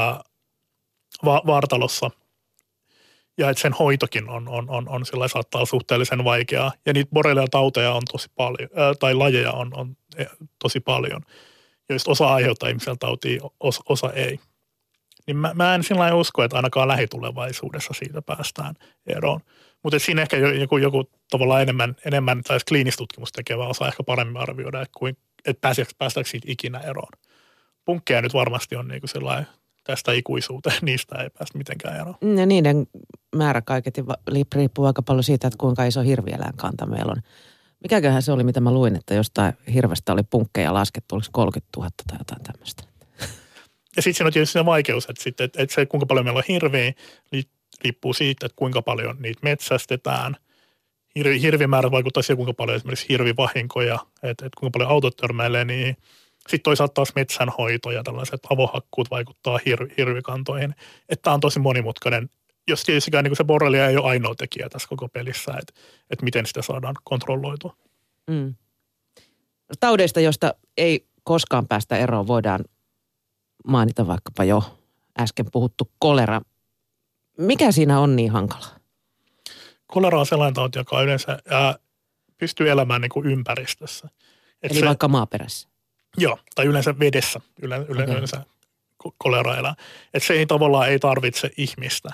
vartalossa. Ja että sen hoitokin on sillä saattaa olla suhteellisen vaikeaa. Ja niitä borrelia-tauteja on tosi paljon, tai lajeja on tosi paljon, joista osa aiheuttaa ihmisellä tautia, osa ei. Niin mä en sillä lailla usko, että ainakaan lähitulevaisuudessa siitä päästään eroon. Mutta siinä ehkä joku tavallaan enemmän tai kliinistutkimusta tekevä osaa ehkä paremmin arvioida, että päästäänkö siitä ikinä eroon. Punkkeja nyt varmasti on niin sellainen tästä ikuisuuteen, niistä ei päästä mitenkään eroon. Ja niiden määrä kaiketi riippuu aika paljon siitä, että kuinka iso hirvieläinkanta meillä on. Mikäköhän se oli, mitä mä luin, että jostain hirvestä oli punkkeja laskettu, oliko 30 000 tai jotain tämmöistä. Ja sitten siinä on tietysti se vaikeus, että se kuinka paljon meillä on hirveä, riippuu siitä, että kuinka paljon niitä metsästetään. Hirvimäärät vaikuttaa siihen, kuinka paljon esimerkiksi hirvivahinkoja, että kuinka paljon autot törmäilee niihin. Sitten toisaalta taas metsänhoito ja tällaiset avohakkuut vaikuttaa hirvikantoihin. Että tämä on tosi monimutkainen, jos tietystikään niin se borrelia ei ole ainoa tekijä tässä koko pelissä, että miten sitä saadaan kontrolloitua. Mm. Taudeista, josta ei koskaan päästä eroon, voidaan mainita vaikkapa jo äsken puhuttu kolera. Mikä siinä on niin hankalaa? Kolera on sellainen tauti, joka yleensä pystyy elämään niin kuin ympäristössä. Eli vaikka maaperässä? Joo, tai yleensä vedessä yleensä kolera elää. Että se ei tavallaan ei tarvitse ihmistä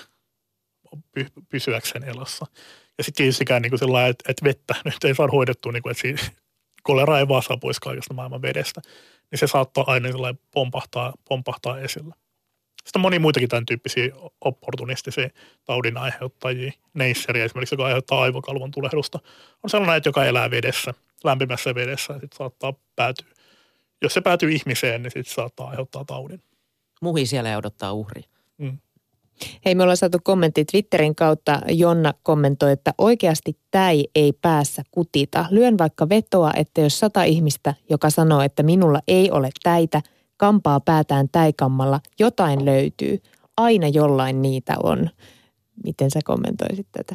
pysyäkseen elossa. Ja sitten tietystikään niin kuin sellainen, että vettä nyt ei saa hoidettua, niin kuin, että kolera ei vaan saa pois kaikesta maailman vedestä. Niin se saattaa aina sellainen pompahtaa esille. Sitten on monia muitakin tämän tyyppisiä opportunistisia taudin aiheuttajia. Neisseriä esimerkiksi, joka aiheuttaa aivokalvon tulehdusta, on sellainen, joka elää vedessä, lämpimässä vedessä, ja sitten saattaa päätyä. Jos se päätyy ihmiseen, niin sitten saattaa aiheuttaa taudin. Muhi siellä ja odottaa uhria. Mm. Hei, me ollaan saatu kommentti Twitterin kautta. Jonna kommentoi, että oikeasti täi ei päässä kutita. Lyön vaikka vetoa, että jos 100 ihmistä, joka sanoo, että minulla ei ole täitä, kampaa päätään täikammalla, jotain löytyy. Aina jollain niitä on. Miten sä kommentoisit tätä?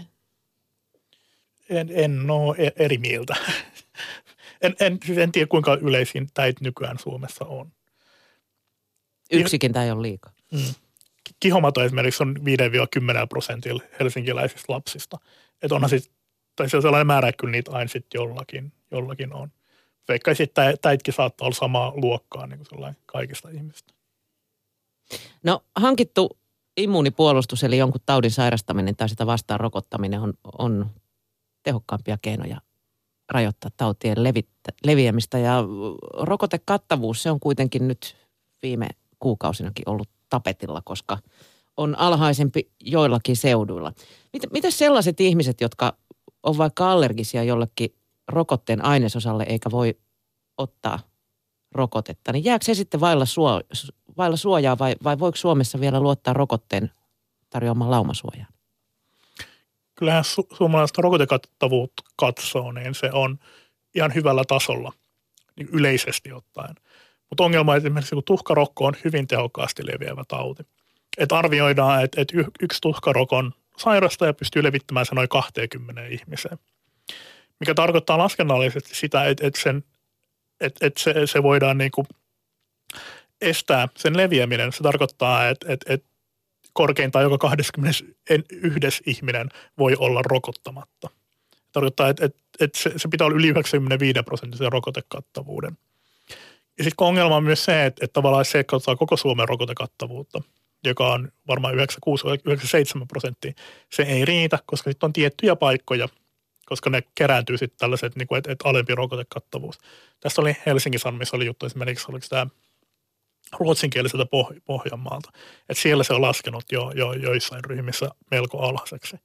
En ole eri mieltä. En tiedä, kuinka yleisin täit nykyään Suomessa on. Yksikin täi on liikaa. Mm. Kihomato esimerkiksi on 5-10% helsinkiläisistä lapsista. Että onhan sitten, tai se on sellainen määrä, että kyllä niitä aina sitten jollakin on. Veikkaisin, että täitkin saattaa olla samaa luokkaa niin kuin sellainen kaikista ihmistä. No hankittu immuunipuolustus, eli jonkun taudin sairastaminen tai sitä vastaan rokottaminen on tehokkaampia keinoja rajoittaa tautien leviämistä. Ja rokotekattavuus, se on kuitenkin nyt viime kuukausinakin ollut tapetilla, koska on alhaisempi joillakin seuduilla. Miten sellaiset ihmiset, jotka on vaikka allergisia jollekin rokotteen ainesosalle eikä voi ottaa rokotetta, niin jääkö se sitten vailla suojaa vai voiko Suomessa vielä luottaa rokotteen tarjoamaan laumasuojaan? Kyllähän suomalaista rokotekattavuutta katsoo, niin se on ihan hyvällä tasolla niin yleisesti ottaen. Mutta ongelma on esimerkiksi, kun tuhkarokko on hyvin tehokkaasti leviävä tauti. Että arvioidaan, että yksi tuhkarokon sairastaja pystyy levittämään sen noin 20 ihmiseen. Mikä tarkoittaa laskennallisesti sitä, että se voidaan niinku estää sen leviäminen. Se tarkoittaa, että korkeintaan joka 21 ihminen voi olla rokottamatta. Tarkoittaa, että se pitää olla yli 95% rokotekattavuuden. Ja sitten ongelma on myös se, että tavallaan se katsotaan koko Suomen rokotekattavuutta, joka on varmaan 96-97%. Se ei riitä, koska sitten on tiettyjä paikkoja, koska ne kerääntyy sitten tällaiset, niin että alempi rokotekattavuus. Tässä oli Helsingin Sanomissa oli juttu esimerkiksi, oliko tämä ruotsinkieliseltä Pohjanmaalta. Että siellä se on laskenut jo joissain ryhmissä melko alhaiseksi.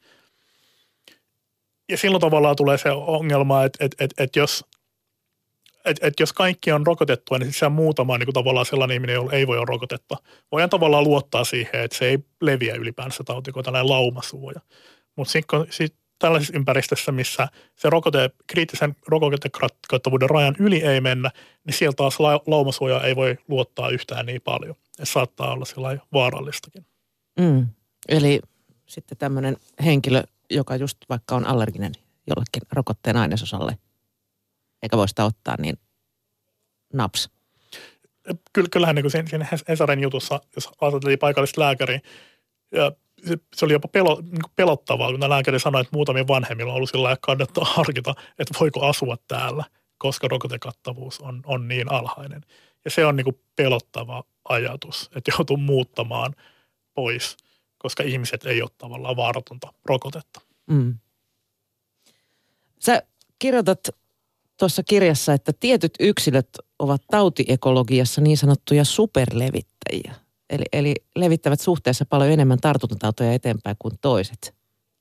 Ja silloin tavallaan tulee se ongelma, että jos kaikki on rokotettua, niin se on muutama niin kuin tavallaan sellainen ihminen, jolla ei voi olla rokotetta. Voidaan tavallaan luottaa siihen, että se ei leviä ylipäänsä tauti, kun tällainen laumasuoja. Mutta sitten tällaisessa ympäristössä, missä se kriittisen rokotekattavuuden rajan yli ei mennä, niin sieltä taas laumasuoja ei voi luottaa yhtään niin paljon. Se saattaa olla sellainen vaarallistakin. Eli sitten tämmöinen henkilö, joka just vaikka on allerginen jollekin rokotteen ainesosalle, eikä voi sitä ottaa, niin naps. Kyllähän niin kuin siinä Hesarin jutussa, jos ajateltiin paikallista lääkäriä, ja se oli jopa pelottavaa, kun lääkäri sanoi, että muutamien vanhemmilla on ollut sillä lailla kannattaa harkita, että voiko asua täällä, koska rokotekattavuus on niin alhainen. Ja se on niin kuin pelottava ajatus, että joutuu muuttamaan pois, koska ihmiset ei ole tavallaan vaaratonta rokotetta. Mm. Sä kirjoitat tuossa kirjassa, että tietyt yksilöt ovat tautiekologiassa niin sanottuja superlevittäjiä. Eli levittävät suhteessa paljon enemmän tartuntatautoja eteenpäin kuin toiset.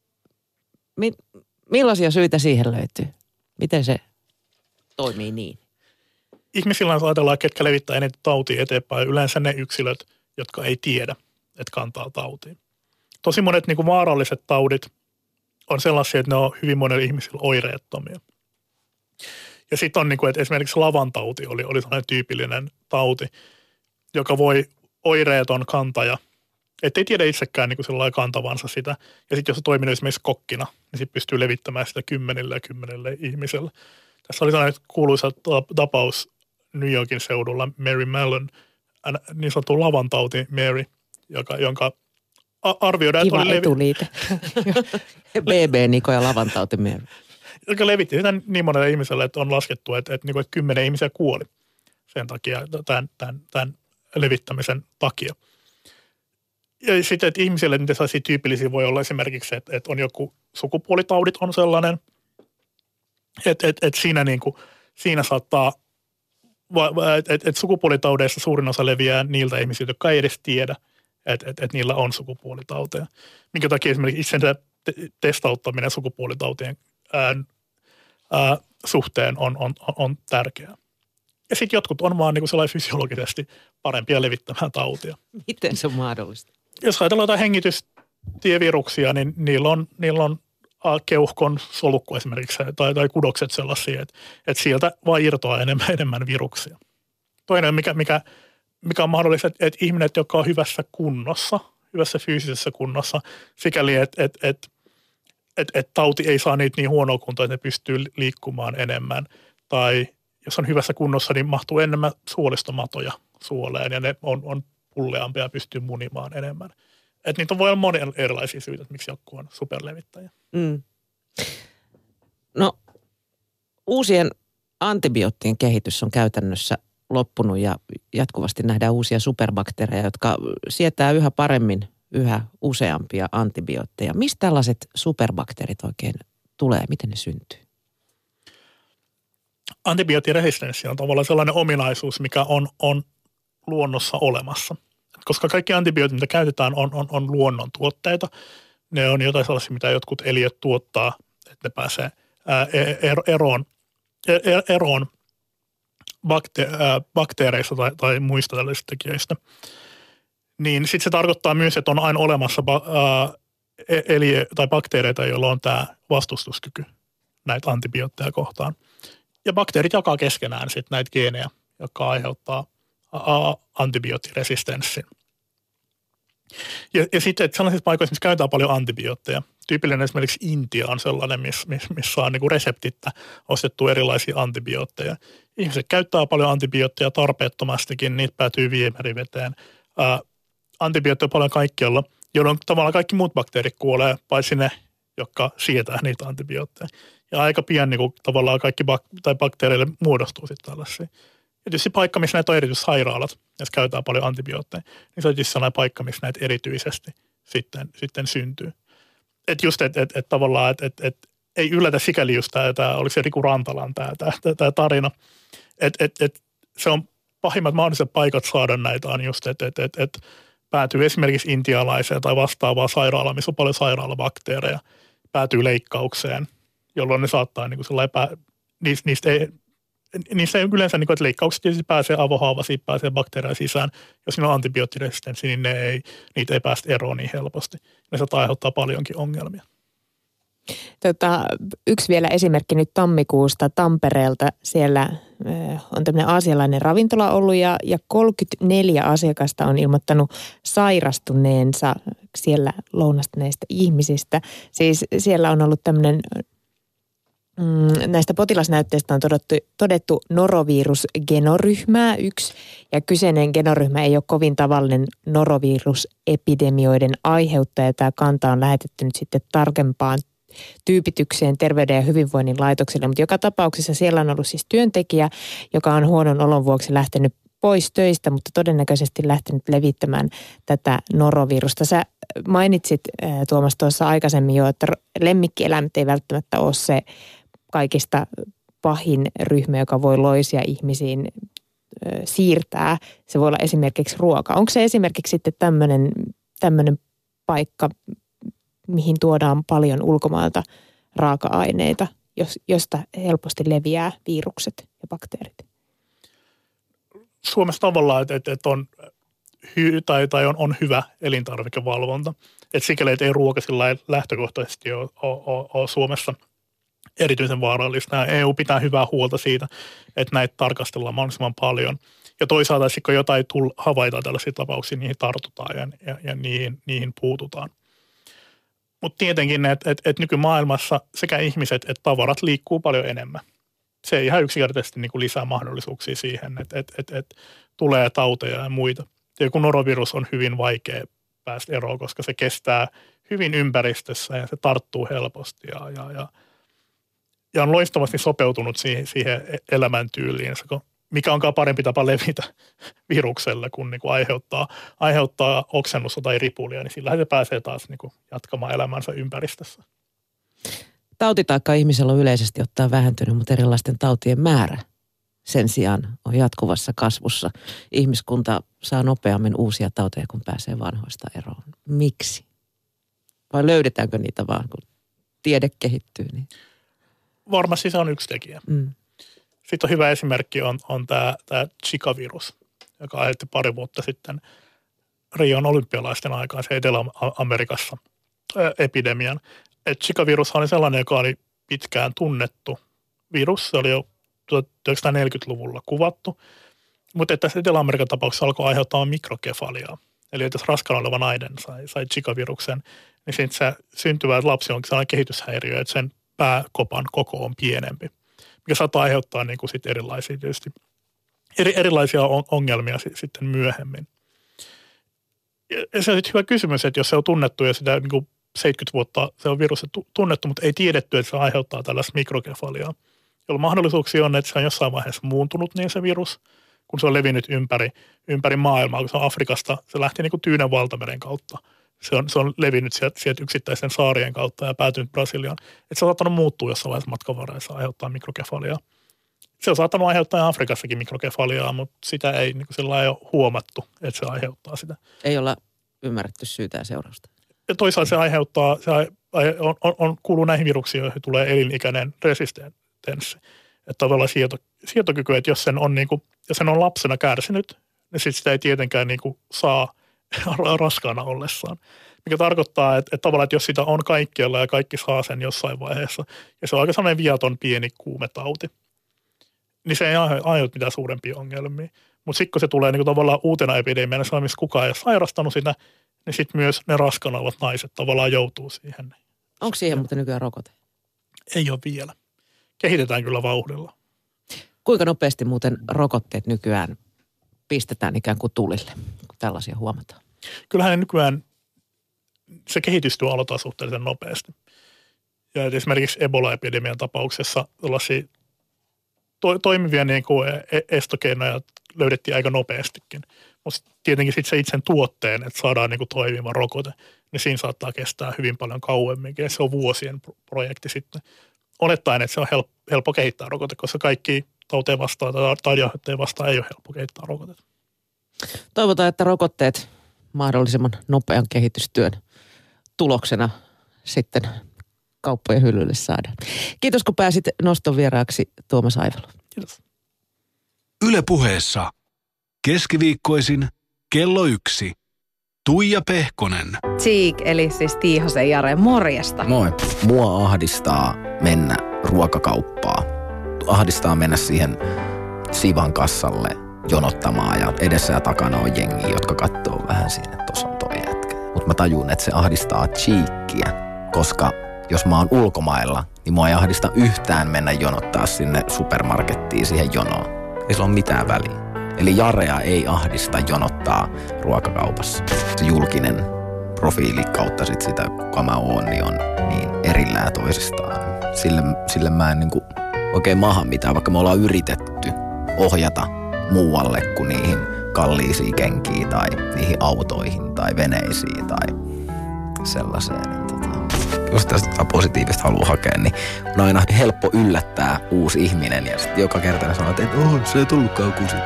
Millaisia syitä siihen löytyy? Miten se toimii niin? Ihmisillä on ajatellaan, ketkä levittää eniten tautia eteenpäin. Yleensä ne yksilöt, jotka ei tiedä, että kantaa tautia. Tosi monet niin kuin vaaralliset taudit on sellaisia, että ne on hyvin monilla ihmisillä oireettomia. Ja sitten on niin kuin, että esimerkiksi lavantauti oli sellainen tyypillinen tauti, joka voi oireeton kantaja, ettei tiedä itsekään niin kuin sellainen kantavansa sitä. Ja sitten jos se toimii esimerkiksi kokkina, niin sitten pystyy levittämään sitä kymmenille ihmiselle. Tässä oli sellainen kuuluisa tapaus New Yorkin seudulla, Mary Mallon, niin sanottu lavantauti Mary, jonka arvioidaan, kiva että oli etuliite. BB Niko ja lavantauti Mary. Joka levitti sitä niin monelle ihmiselle, että on laskettu, että 10 ihmisiä kuoli sen takia, tämän levittämisen takia. Ja sitten, että ihmisille niitä sellaisia tyypillisiä voi olla esimerkiksi, että on joku sukupuolitaudit on sellainen, että siinä saattaa, että sukupuolitaudeista suurin osa leviää niiltä ihmisiltä, jotka ei edes tiedä, että niillä on sukupuolitauteja. Minkä takia esimerkiksi itsensä testauttaminen sukupuolitautien suhteen on tärkeää. Ja sitten jotkut on vaan niin sellainen fysiologisesti parempia levittämään tautia. Miten se on mahdollista? Jos ajatellaan jotain hengitystieviruksia, niin niillä on keuhkon solukku esimerkiksi tai kudokset sellaisia, että sieltä vaan irtoaa enemmän viruksia. Toinen, mikä on mahdollista, että ihmiset, jotka on hyvässä kunnossa, hyvässä fyysisessä kunnossa, sikäli, että tauti ei saa niitä niin huonoa kuntoa, että ne pystyy liikkumaan enemmän. Tai jos on hyvässä kunnossa, niin mahtuu enemmän suolistomatoja suoleen ja ne on pulleampia ja pystyy munimaan enemmän. Että niitä voi olla monia erilaisia syitä, että miksi joku on superlevittäjä. Mm. No, uusien antibioottien kehitys on käytännössä loppunut ja jatkuvasti nähdään uusia superbakteereja, jotka sietää yhä paremmin yhä useampia antibiootteja. Mistä tällaiset superbakteerit oikein tulee? Miten ne syntyy? Antibioottiresistenssi on tavallaan sellainen ominaisuus, mikä on luonnossa olemassa. Koska kaikki antibiootit, mitä käytetään, on luonnon tuotteita. Ne on jotain sellaisia, mitä jotkut eliöt tuottaa, että ne pääsee eroon bakteereista tai muista tällaisista tekijöistä. Niin sitten se tarkoittaa myös, että on aina olemassa eliö tai bakteereita, joilla on tämä vastustuskyky näitä antibiootteja kohtaan. Ja bakteerit jakaa keskenään sitten näitä geenejä, jotka aiheuttaa antibioottiresistenssin. Ja sitten, että sellaisissa paikoissa, missä käytetään paljon antibiootteja, tyypillinen esimerkiksi Intia on sellainen, missä on niinku reseptittä ostettu erilaisia antibiootteja. Ihmiset käyttää paljon antibiootteja tarpeettomastikin, niitä päätyy viemäriveteen. Antibiootteja on paljon kaikkialla, jolloin tavallaan kaikki muut bakteerit kuolee, paitsi ne, jotka sietää niitä antibiootteja. Ja aika pian niin kuin, tavallaan kaikki bakteereille muodostuu sitten tällaisia. Ja tietysti paikka, missä näitä on erityissairaalat, jos käytetään paljon antibiootteja, niin se on tietysti sellainen paikka, missä näitä erityisesti sitten syntyy. Että just, että tavallaan, että ei yllätä sikäli just tämä oliko se Riku Rantalan tämä tarina, että se on pahimmat mahdolliset paikat saada näitä on just, että päätyy esimerkiksi intialaiseen tai vastaavaa sairaalaa, missä on paljon sairaalabakteereja, päätyy leikkaukseen, jolloin ne saattaa niin kuin niistä ei yleensä, niin kuin, että leikkaukset tietysti pääsee avohaavasiin, pääsee bakteereja sisään. Jos siinä on antibioottiresistenssi, niin niitä ei päästä eroon niin helposti. Ne saattaa aiheuttaa paljonkin ongelmia. Yksi vielä esimerkki nyt tammikuusta Tampereelta. Siellä on tämmöinen aasialainen ravintola ollut ja 34 asiakasta on ilmoittanut sairastuneensa siellä lounastaneista ihmisistä. Siis siellä on ollut tämmöinen, näistä potilasnäytteistä on todettu norovirusgenoryhmää 1, ja kyseinen genoryhmä ei ole kovin tavallinen norovirusepidemioiden aiheuttaja. Tämä kanta on lähetetty nyt sitten tarkempaan tyypitykseen Terveyden ja hyvinvoinnin laitokselle, mutta joka tapauksessa siellä on ollut siis työntekijä, joka on huonon olon vuoksi lähtenyt pois töistä, mutta todennäköisesti lähtenyt levittämään tätä norovirusta. Sä mainitsit, Tuomas, tuossa aikaisemmin jo, että lemmikkieläimet ei välttämättä ole se kaikista pahin ryhmä, joka voi loisia ihmisiin siirtää. Se voi olla esimerkiksi ruoka. Onko se esimerkiksi sitten tämmöinen paikka, mihin tuodaan paljon ulkomailta raaka-aineita, josta helposti leviää virukset ja bakteerit? Suomessa tavallaan, että on, on hyvä elintarvikevalvonta. Että sikäli, että ei ruoka sillä lähtökohtaisesti ole Suomessa erityisen vaarallista. Ja EU pitää hyvää huolta siitä, että näitä tarkastellaan mahdollisimman paljon. Ja toisaalta, kun jotain havaitaan tällaisia tapauksia, niihin tartutaan ja niihin puututaan. Mutta tietenkin, että nykymaailmassa sekä ihmiset että tavarat liikkuu paljon enemmän. Se ihan yksinkertaisesti niin kuin lisää mahdollisuuksia siihen, että tulee tauteja ja muita. Ja kun norovirus on hyvin vaikea päästä eroon, koska se kestää hyvin ympäristössä ja se tarttuu helposti ja on loistavasti sopeutunut siihen elämäntyyliin, mikä onkaan parempi tapa levitä virukselle, kun niin kuin aiheuttaa oksennusta tai ripulia, niin sillähän se pääsee taas niin kuin jatkamaan elämänsä ympäristössä. Tautitaakka ihmisellä on yleisesti ottaen vähentynyt, mutta erilaisten tautien määrä sen sijaan on jatkuvassa kasvussa. Ihmiskunta saa nopeammin uusia tauteja, kun pääsee vanhoista eroon. Miksi? Vai löydetäänkö niitä vaan, kun tiede kehittyy? Niin? Varmasti se on yksi tekijä. Sitten on hyvä esimerkki on tämä Zika-virus, joka aiheutti pari vuotta sitten Rion olympialaisten aikaan se Etelä-Amerikassa epidemian. Zika-virus oli sellainen, joka oli pitkään tunnettu virus. Se oli jo 1940-luvulla kuvattu, mutta tässä Etelä-Amerikan tapauksessa alkoi aiheuttaa mikrokefaliaa. Eli jos raskaana oleva nainen sai Zika-viruksen, niin sitten se syntyvä lapsi onkin sellainen kehityshäiriö, että sen pääkopan koko on pienempi, mikä saattaa aiheuttaa niin kuin sit erilaisia tietysti erilaisia ongelmia sitten myöhemmin. Ja se on sitten hyvä kysymys, että jos se on tunnettu ja sitä niin kuin 70 vuotta se on virus tunnettu, mutta ei tiedetty, että se aiheuttaa tällaista mikrokefaliaa, jolloin mahdollisuuksia on, että se on jossain vaiheessa muuntunut niin se virus, kun se on levinnyt ympäri maailmaa, kun se on Afrikasta, se lähti niin kuin Tyynen valtameren kautta. Se on levinnyt sieltä yksittäisten saarien kautta ja päätynyt Brasiliaan. Että se on saattanut muuttua jossain vaiheessa matkan varrella aiheuttaa mikrokefaliaa. Se on saattanut aiheuttaa Afrikassakin mikrokefaliaa, mutta sitä ei niin sillä ole huomattu, että se aiheuttaa sitä. Ei olla ymmärretty syytä ja seurausta. Ja toisaalta se aiheuttaa, kuuluu näihin viruksiin, joihin tulee elinikäinen resistenssi. Että tavallaan sietokyky, että jos sen on lapsena kärsinyt, niin sitten sitä ei tietenkään niin kuin saa raskaana ollessaan. Mikä tarkoittaa, että tavallaan, että jos sitä on kaikkialla ja kaikki saa sen jossain vaiheessa, ja se on aika sellainen viaton pieni kuumetauti, niin se ei aiheuta mitään suurempia ongelmia. Mutta sitten kun se tulee niin kuin tavallaan uutena epidemiana, se on missä kukaan ei ole sairastanut sitä, niin sitten myös ne raskaana olevat naiset tavallaan joutuu siihen. Onko siihen muuten nykyään rokote? Ei ole vielä. Kehitetään kyllä vauhdilla. Kuinka nopeasti muuten rokotteet nykyään pistetään ikään kuin tulille, kun tällaisia huomataan? Kyllähän nykyään se kehitystyö aloittaa suhteellisen nopeasti. Ja esimerkiksi Ebola-epidemian tapauksessa tällaisia toimivia niin kuin estokeinoja löydettiin aika nopeastikin. Mutta tietenkin sitten se itse tuotteen, että saadaan niin kuin toimiva rokote, niin siinä saattaa kestää hyvin paljon kauemminkin. Ja se on vuosien projekti sitten. Olettaen, että se on helppo kehittää rokote, koska kaikki tauteen vastaan tai taudenaiheuttajien vastaan ei ole helppo kehittää rokotetta. Toivotaan, että rokotteet mahdollisimman nopean kehitystyön tuloksena sitten kauppojen hyllylle saadaan. Kiitos, kun pääsit noston vieraaksi, Tuomas Aivalo. Kiitos. Yle Puheessa keskiviikkoisin kello 1. Tuija Pehkonen. Tsiik, eli siis Tiihosen Jare, morjesta. Moi. Mua ahdistaa mennä ruokakauppaan. Ahdistaa mennä siihen Sivan kassalle jonottamaan ja edessä ja takana on jengi, jotka katsoo vähän siinä, että tuossa on toi jätkä. Mutta mä tajun, että se ahdistaa cheekkiä, koska jos mä oon ulkomailla, niin mua ei ahdista yhtään mennä jonottaa sinne supermarkettiin siihen jonoon. Ei sillä ole mitään väliä. Eli Jarea ei ahdista jonottaa ruokakaupassa. Se julkinen profiili kautta sit sitä, kuka mä oon, niin on niin erillään toisistaan. Sille mä en niinku oikein maha mitään, vaikka me ollaan yritetty ohjata muualle kuin niihin kalliisiin kenkiin tai niihin autoihin tai veneisiin tai sellaiseen. Jos tästä positiivista haluaa hakea, niin on aina helppo yllättää uusi ihminen ja sitten joka kerta sanoo, että se ei tullutkaan kusi.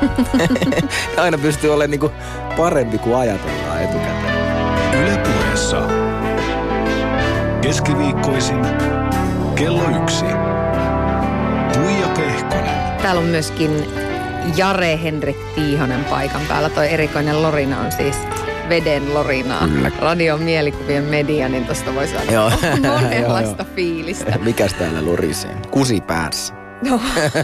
Ja aina pystyy olemaan niinku parempi kuin ajatellaan etukäteen. Yle Puheessa. Keskiviikkoisin kello 1. Tuija Pehkonen. Täällä on myöskin Jare Henrik Tiihonen paikan päällä. Toi erikoinen lorina on siis veden lorinaa. Kyllä. Radion mielikuvien media, niin tosta voi saada monenlaista fiilistä. Mikäs täällä lorisee? Kusi päässä. No,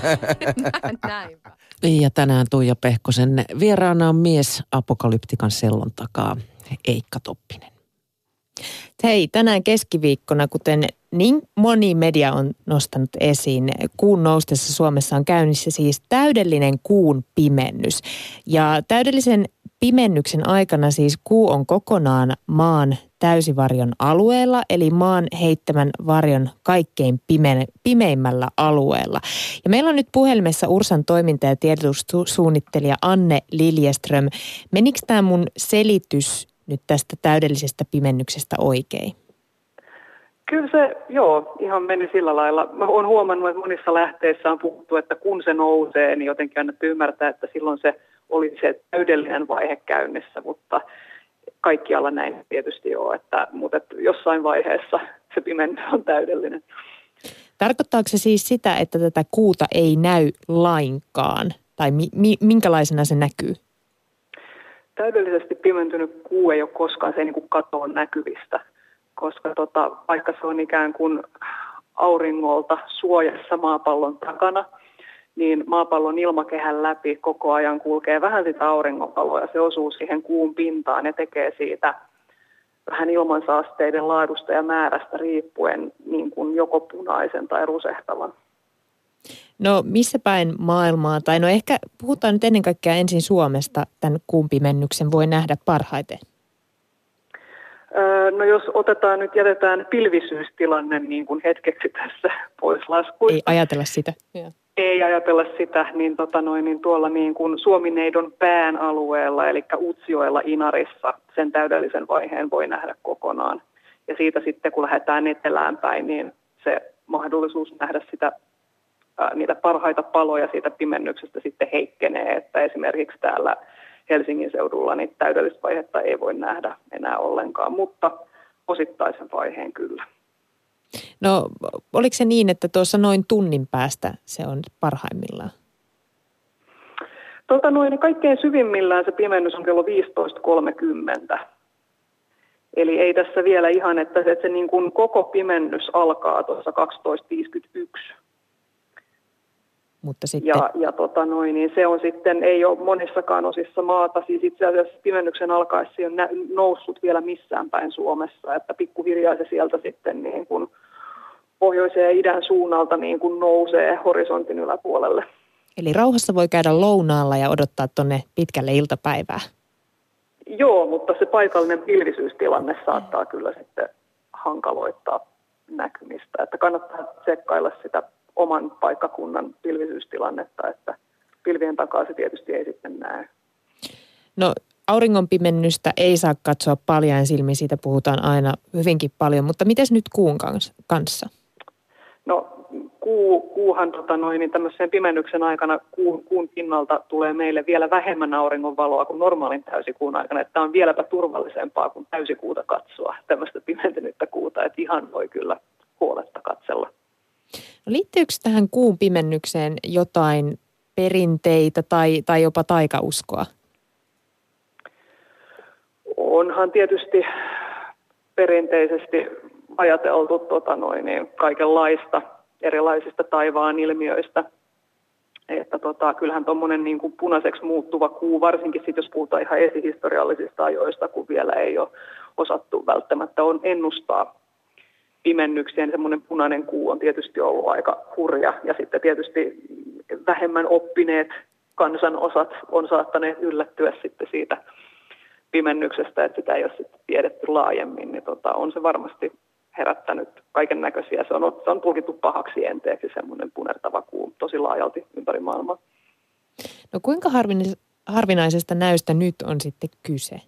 näinpä. Ja tänään Tuija Pehkosen vieraana on mies apokalyptikan sellon takaa, Eikka Toppinen. Hei, tänään keskiviikkona, kuten niin moni media on nostanut esiin, kuun noustessa Suomessa on käynnissä siis täydellinen kuun pimennys. Ja täydellisen pimennyksen aikana siis kuu on kokonaan maan täysivarjon alueella, eli maan heittämän varjon kaikkein pimeimmällä alueella. Ja meillä on nyt puhelimessa Ursan toiminta- ja tiedotussuunnittelija Anne Liljeström. Menikö tämä mun selitys nyt tästä täydellisestä pimennyksestä oikein? Kyllä se, ihan meni sillä lailla. Mä oon huomannut, että monissa lähteissä on puhuttu, että kun se nousee, niin jotenkin annettu ymmärtää, että silloin se oli se täydellinen vaihe käynnissä, mutta kaikkialla näin tietysti mutta jossain vaiheessa se pimennys on täydellinen. Tarkoittaako se siis sitä, että tätä kuuta ei näy lainkaan? Tai minkälaisena se näkyy? Täydellisesti pimentynyt kuu ei ole koskaan se niin kuin katoon näkyvistä, koska vaikka se on ikään kuin auringolta suojassa maapallon takana, niin maapallon ilmakehän läpi koko ajan kulkee vähän sitä auringonvaloa ja se osuu siihen kuun pintaan ja tekee siitä vähän ilmansaasteiden laadusta ja määrästä riippuen niin kuin joko punaisen tai rusehtavan. No missä päin maailmaa, tai no ehkä puhutaan nyt ennen kaikkea ensin Suomesta, tämän kuun pimennyksen voi nähdä parhaiten? No jos jätetään pilvisyystilanne niin kuin hetkeksi tässä pois laskuista. Ei ajatella sitä. Ei ajatella sitä, niin tuolla niin kuin Suomineidon pään alueella, eli Utsjoella Inarissa, sen täydellisen vaiheen voi nähdä kokonaan. Ja siitä sitten, kun lähdetään etelään päin, niin se mahdollisuus nähdä niitä parhaita paloja siitä pimennyksestä sitten heikkenee, että esimerkiksi täällä Helsingin seudulla niin täydellistä vaihetta ei voi nähdä enää ollenkaan, mutta osittaisen vaiheen kyllä. No oliko se niin, että tuossa noin tunnin päästä se on parhaimmillaan? Kaikkein syvimmillään se pimennys on kello 15.30. Eli ei tässä vielä ihan, että se niin kuin koko pimennys alkaa tuossa 12.51. Mutta sitten... niin se on sitten, ei ole monissakaan osissa maata, siis itse asiassa pimennyksen alkaessa ei ole noussut vielä missään päin Suomessa, että pikkuhiljaa se sieltä sitten niin kuin pohjoisen ja idän suunnalta niin kuin nousee horisontin yläpuolelle. Eli rauhassa voi käydä lounaalla ja odottaa tuonne pitkälle iltapäivää. Joo, mutta se paikallinen pilvisyystilanne saattaa kyllä sitten hankaloittaa näkymistä, että kannattaa tsekkailla sitä oman paikkakunnan pilvisyystilannetta, että pilvien takaa se tietysti ei sitten näe. No auringonpimennystä ei saa katsoa paljain silmin, siitä puhutaan aina hyvinkin paljon, mutta mites nyt kuun kanssa? No kuuhan niin tämmöisen pimennyksen aikana kuun pinnalta tulee meille vielä vähemmän auringonvaloa kuin normaalin täysikuun aikana, että on vieläpä turvallisempaa kuin täysikuuta katsoa tämmöistä pimentynyttä kuuta, että ihan voi kyllä huoletta katsella. No liittyykö tähän kuun pimennykseen jotain perinteitä tai jopa taikauskoa? Onhan tietysti perinteisesti ajateltu kaikenlaista erilaisista taivaan ilmiöistä. Että kyllähän tuommoinen niin kuin punaiseksi muuttuva kuu, varsinkin sit, jos puhutaan ihan esihistoriallisista ajoista, kun vielä ei ole osattu välttämättä on ennustaa pimennyksiä, niin semmoinen punainen kuu on tietysti ollut aika hurja. Ja sitten tietysti vähemmän oppineet kansanosat on saattaneet yllättyä sitten siitä pimennyksestä, että sitä ei ole sitten tiedetty laajemmin, niin on se varmasti herättänyt kaiken näköisiä. Se on tulkittu pahaksi enteeksi semmoinen punertava kuu tosi laajalti ympäri maailmaa. No kuinka harvinaisesta näystä nyt on sitten kyse?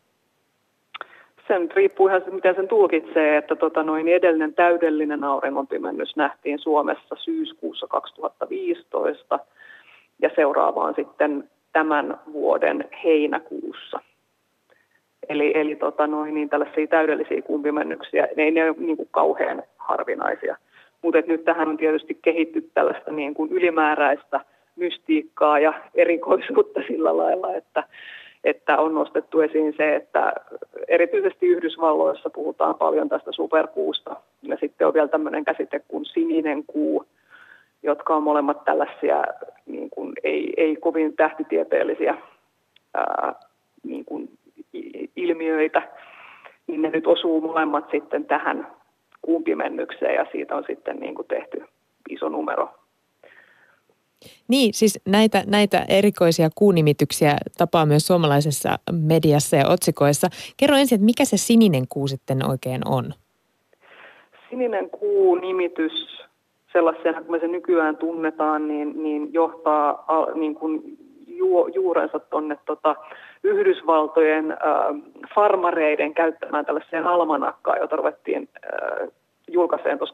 Sen riippuu ihan miten sen tulkitsee, että edellinen täydellinen auringonpimennys nähtiin Suomessa syyskuussa 2015 ja seuraavaan sitten tämän vuoden heinäkuussa. Eli tällaisia täydellisiä kuunpimennyksiä, ne ole niin kuin kauhean harvinaisia. Mutta nyt tähän on tietysti kehittynyt tällaista niin kuin ylimääräistä mystiikkaa ja erikoisuutta sillä lailla, että on nostettu esiin se, että erityisesti Yhdysvalloissa puhutaan paljon tästä superkuusta. Ja sitten on vielä tämmöinen käsite kuin sininen kuu, jotka on molemmat tällaisia niin kuin ei kovin tähtitieteellisiä niin kuin ilmiöitä, niin ne nyt osuu molemmat sitten tähän kuun pimennykseen ja siitä on sitten niin kuin tehty iso numero. Niin, siis näitä erikoisia kuunimityksiä tapaa myös suomalaisessa mediassa ja otsikoissa. Kerro ensin, että mikä se sininen kuu sitten oikein on? Sininen kuu-nimitys sellaisena, kun me se nykyään tunnetaan, niin johtaa niin kuin juurensa tuonne Yhdysvaltojen farmareiden käyttämään tällaiseen almanakkaan, jota ruvettiin julkaiseen tuossa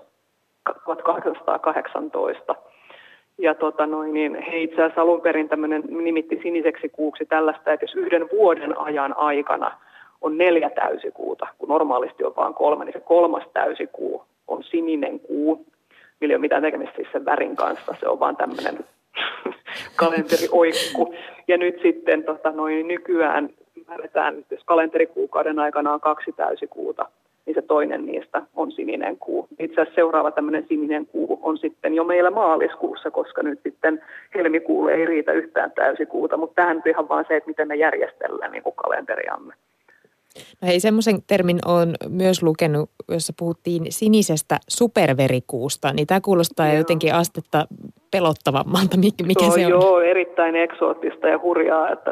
1818. Ja he itse asiassa alun perin nimitti siniseksi kuuksi tällaista, että jos yhden vuoden ajan aikana on 4 täysikuuta, kun normaalisti on vain 3, niin se 3. täysikuu on sininen kuu, millä ei ole mitään tekemistä siis sen värin kanssa, se on vaan tämmöinen kalenterioikku. Ja nyt sitten nykyään ymmärretään, että jos kalenterikuukauden aikana on 2 täysikuuta, niin se toinen niistä on sininen kuu. Itse asiassa seuraava tämmöinen sininen kuu on sitten jo meillä maaliskuussa, koska nyt sitten helmikuulle ei riitä yhtään täysikuuta, mutta tämähän on ihan vaan se, että miten me järjestellään niin kuin kalenteriamme. No hei, semmoisen termin on myös lukenut, jossa puhuttiin sinisestä superverikuusta, niin tämä kuulostaa jotenkin astetta pelottavammalta. Mikä se on? Joo, erittäin eksoottista ja hurjaa, että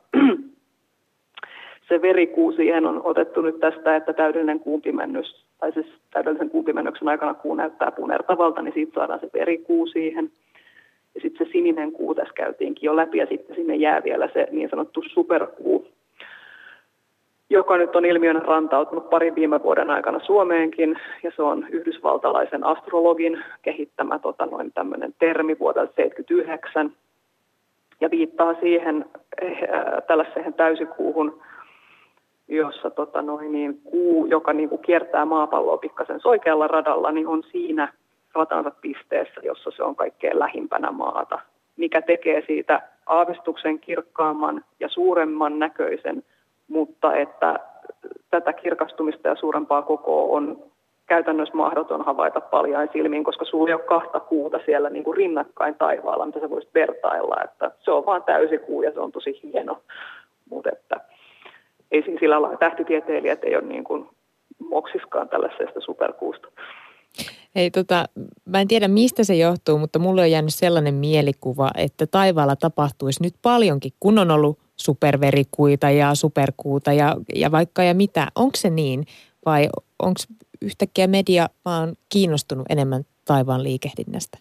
se verikuu siihen on otettu nyt tästä, että täydellinen kuunpimennys, tai siis täydellisen kuunpimennyksen aikana kuu näyttää punertavalta, niin siitä saadaan se verikuu siihen. Ja sitten se sininen kuu tässä käytiinkin jo läpi, ja sitten sinne jää vielä se niin sanottu superkuu, joka nyt on ilmiönä rantautunut parin viime vuoden aikana Suomeenkin, ja se on yhdysvaltalaisen astrologin kehittämä tämmöinen termi vuodelta 1979, ja viittaa siihen tällaiseen täysikuuhun, jossa kuu, joka niin kuin kiertää maapalloa pikkasen soikealla radalla, niin on siinä ratansa pisteessä, jossa se on kaikkein lähimpänä maata, mikä tekee siitä aavistuksen kirkkaamman ja suuremman näköisen, mutta että tätä kirkastumista ja suurempaa kokoa on käytännössä mahdoton havaita paljain silmiin, koska sulla ei ole 2 kuuta siellä niin kuin rinnakkain taivaalla, mitä sä voisit vertailla, että se on vaan täysikuu ja se on tosi hieno, mutta että ei siinä sillä lailla tähtitieteilijät ei ole niin kuin moksiskaan tällaisesta superkuusta. Hei, mä en tiedä mistä se johtuu, mutta mulle on jäänyt sellainen mielikuva, että taivaalla tapahtuisi nyt paljonkin, kun on ollut superverikuita ja superkuuta ja vaikka ja mitä. Onko se niin vai onko yhtäkkiä media vaan kiinnostunut enemmän taivaan liikehdinnästä?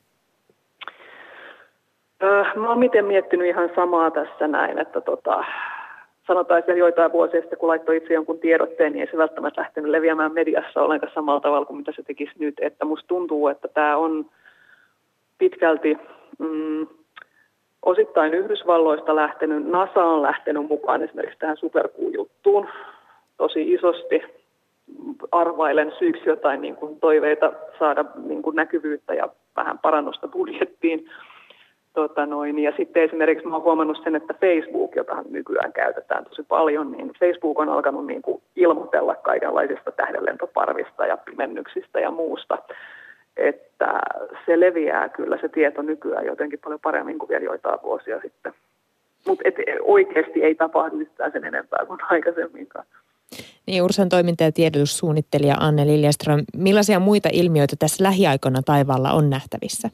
Mä oon miten miettinyt ihan samaa tässä näin, että sanotaan, että joitain vuosia sitten, kun laittoi itse jonkun tiedotteen, niin ei se välttämättä lähtenyt leviämään mediassa ollenkaan samalla tavalla kuin mitä se tekisi nyt. Että musta tuntuu, että tämä on pitkälti osittain Yhdysvalloista lähtenyt, NASA on lähtenyt mukaan esimerkiksi tähän superkuujuttuun tosi isosti. Arvailen syyksi jotain niin kuin toiveita saada niin kuin näkyvyyttä ja vähän parannusta budjettiin. Ja sitten esimerkiksi mä oon huomannut sen, että Facebook, jota nykyään käytetään tosi paljon, niin Facebook on alkanut niin kuin ilmoitella kaikenlaisista tähdenlentoparvista ja pimennyksistä ja muusta. Että se leviää kyllä se tieto nykyään jotenkin paljon paremmin kuin vielä joitain vuosia sitten. Mutta oikeasti ei tapahdu yhtään sen enempää kuin aikaisemminkaan. Niin, Ursan toiminta- ja tiedotussuunnittelija Anne Liljeström, millaisia muita ilmiöitä tässä lähiaikoina taivaalla on nähtävissä?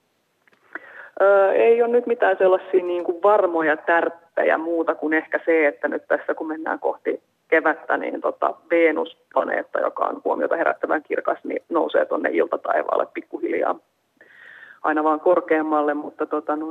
Ei ole nyt mitään sellaisia niin kuin varmoja tärppejä muuta kuin ehkä se, että nyt tässä kun mennään kohti kevättä, niin Venus-planeetta, joka on huomiota herättävän kirkas, niin nousee tuonne iltataivaalle pikkuhiljaa aina vaan korkeammalle, mutta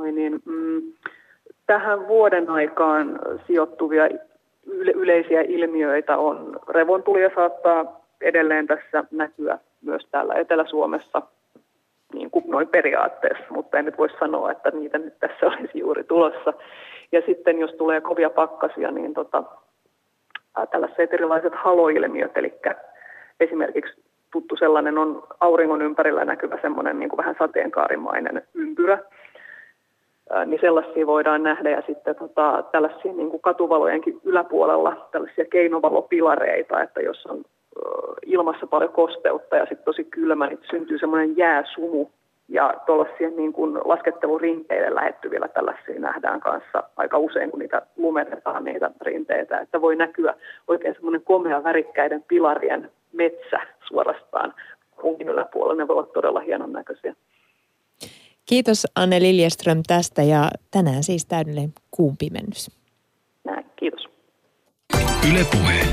tähän vuoden aikaan sijoittuvia yleisiä ilmiöitä on. Revontulia saattaa edelleen tässä näkyä myös täällä Etelä-Suomessa, niin kuin noin periaatteessa, mutta en nyt voi sanoa, että niitä nyt tässä olisi juuri tulossa. Ja sitten jos tulee kovia pakkasia, niin tällaiset erilaiset haloilmiöt, eli esimerkiksi tuttu sellainen on auringon ympärillä näkyvä semmoinen niin kuin vähän sateenkaarimainen ympyrä, niin sellaisia voidaan nähdä ja sitten tällaisia niin kuin katuvalojenkin yläpuolella tällaisia keinovalopilareita, että jos on ilmassa paljon kosteutta ja sitten tosi kylmä, niin syntyy semmoinen jääsumu ja tuollaisia niin kuin laskettelurinteille lähettyvillä tällaisia nähdään kanssa aika usein, kun niitä lumennetaan niitä rinteitä, että voi näkyä oikein semmoinen komea värikkäiden pilarien metsä suorastaan kunkin yläpuolella. Ne voivat todella hienon näköisiä. Kiitos Anne Liljeström tästä ja tänään siis täydellinen kuun pimennys. Näin, kiitos. Yle Puhe.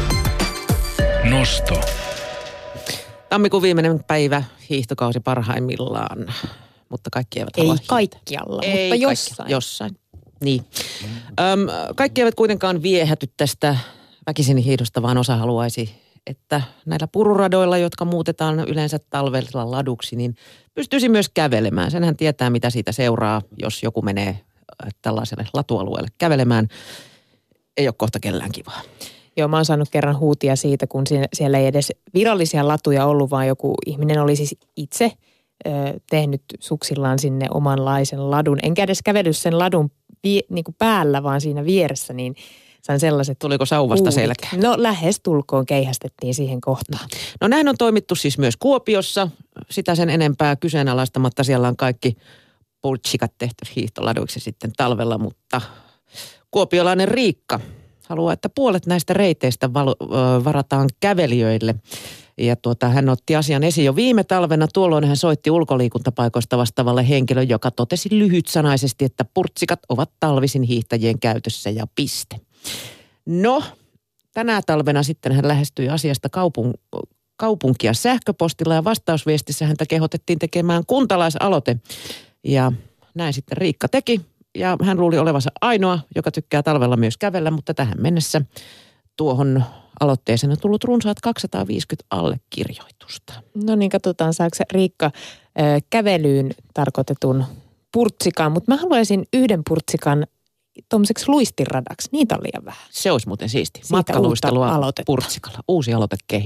Nosto. Tammikuun viimeinen päivä, hiihtokausi parhaimmillaan, mutta kaikki eivät halua hiihtää. Kaikkialla, mutta jossain. Jossain, niin. Kaikki eivät kuitenkaan viehäty tästä väkisin hiihdosta, vaan osa haluaisi, että näillä pururadoilla, jotka muutetaan yleensä talvella laduksi, niin pystyisi myös kävelemään. Senhän tietää, mitä siitä seuraa, jos joku menee tällaiselle latualueelle kävelemään. Ei ole kohta kellään kivaa. Joo, mä oon saanut kerran huutia siitä, kun siellä ei edes virallisia latuja ollut, vaan joku ihminen oli siis itse tehnyt suksillaan sinne omanlaisen ladun. Enkä edes kävellyt sen ladun niin kuin päällä, vaan siinä vieressä, niin sain sellaiset. Tuliko sauvasta selkään? No lähes tulkoon keihästettiin siihen kohtaan. No näin on toimittu siis myös Kuopiossa. Sitä sen enempää kyseenalaistamatta. Siellä on kaikki purtsikat tehty hiihtoladuiksi sitten talvella, mutta kuopiolainen Riikka haluaa, että puolet näistä reiteistä varataan kävelijöille. Ja hän otti asian esiin jo viime talvena. Tuolloin hän soitti ulkoliikuntapaikoista vastaavalle henkilölle, joka totesi lyhytsanaisesti, että purtsikat ovat talvisin hiihtäjien käytössä ja piste. No, tänä talvena sitten hän lähestyi asiasta kaupunkia sähköpostilla ja vastausviestissä häntä kehotettiin tekemään kuntalaisaloite. Ja näin sitten Riikka teki. Ja hän luuli olevansa ainoa, joka tykkää talvella myös kävellä, mutta tähän mennessä tuohon aloitteeseen on tullut runsaat 250 allekirjoitusta. No niin, katsotaan saako Riikka kävelyyn tarkoitetun purtsikan, mutta mä haluaisin yhden purtsikan tuommoiseksi luistinradaksi. Niitä on liian vähän. Se olisi muuten siisti. Siitä Matkaluistelua uutta aloitetta. purtsikalla. Uusi aloite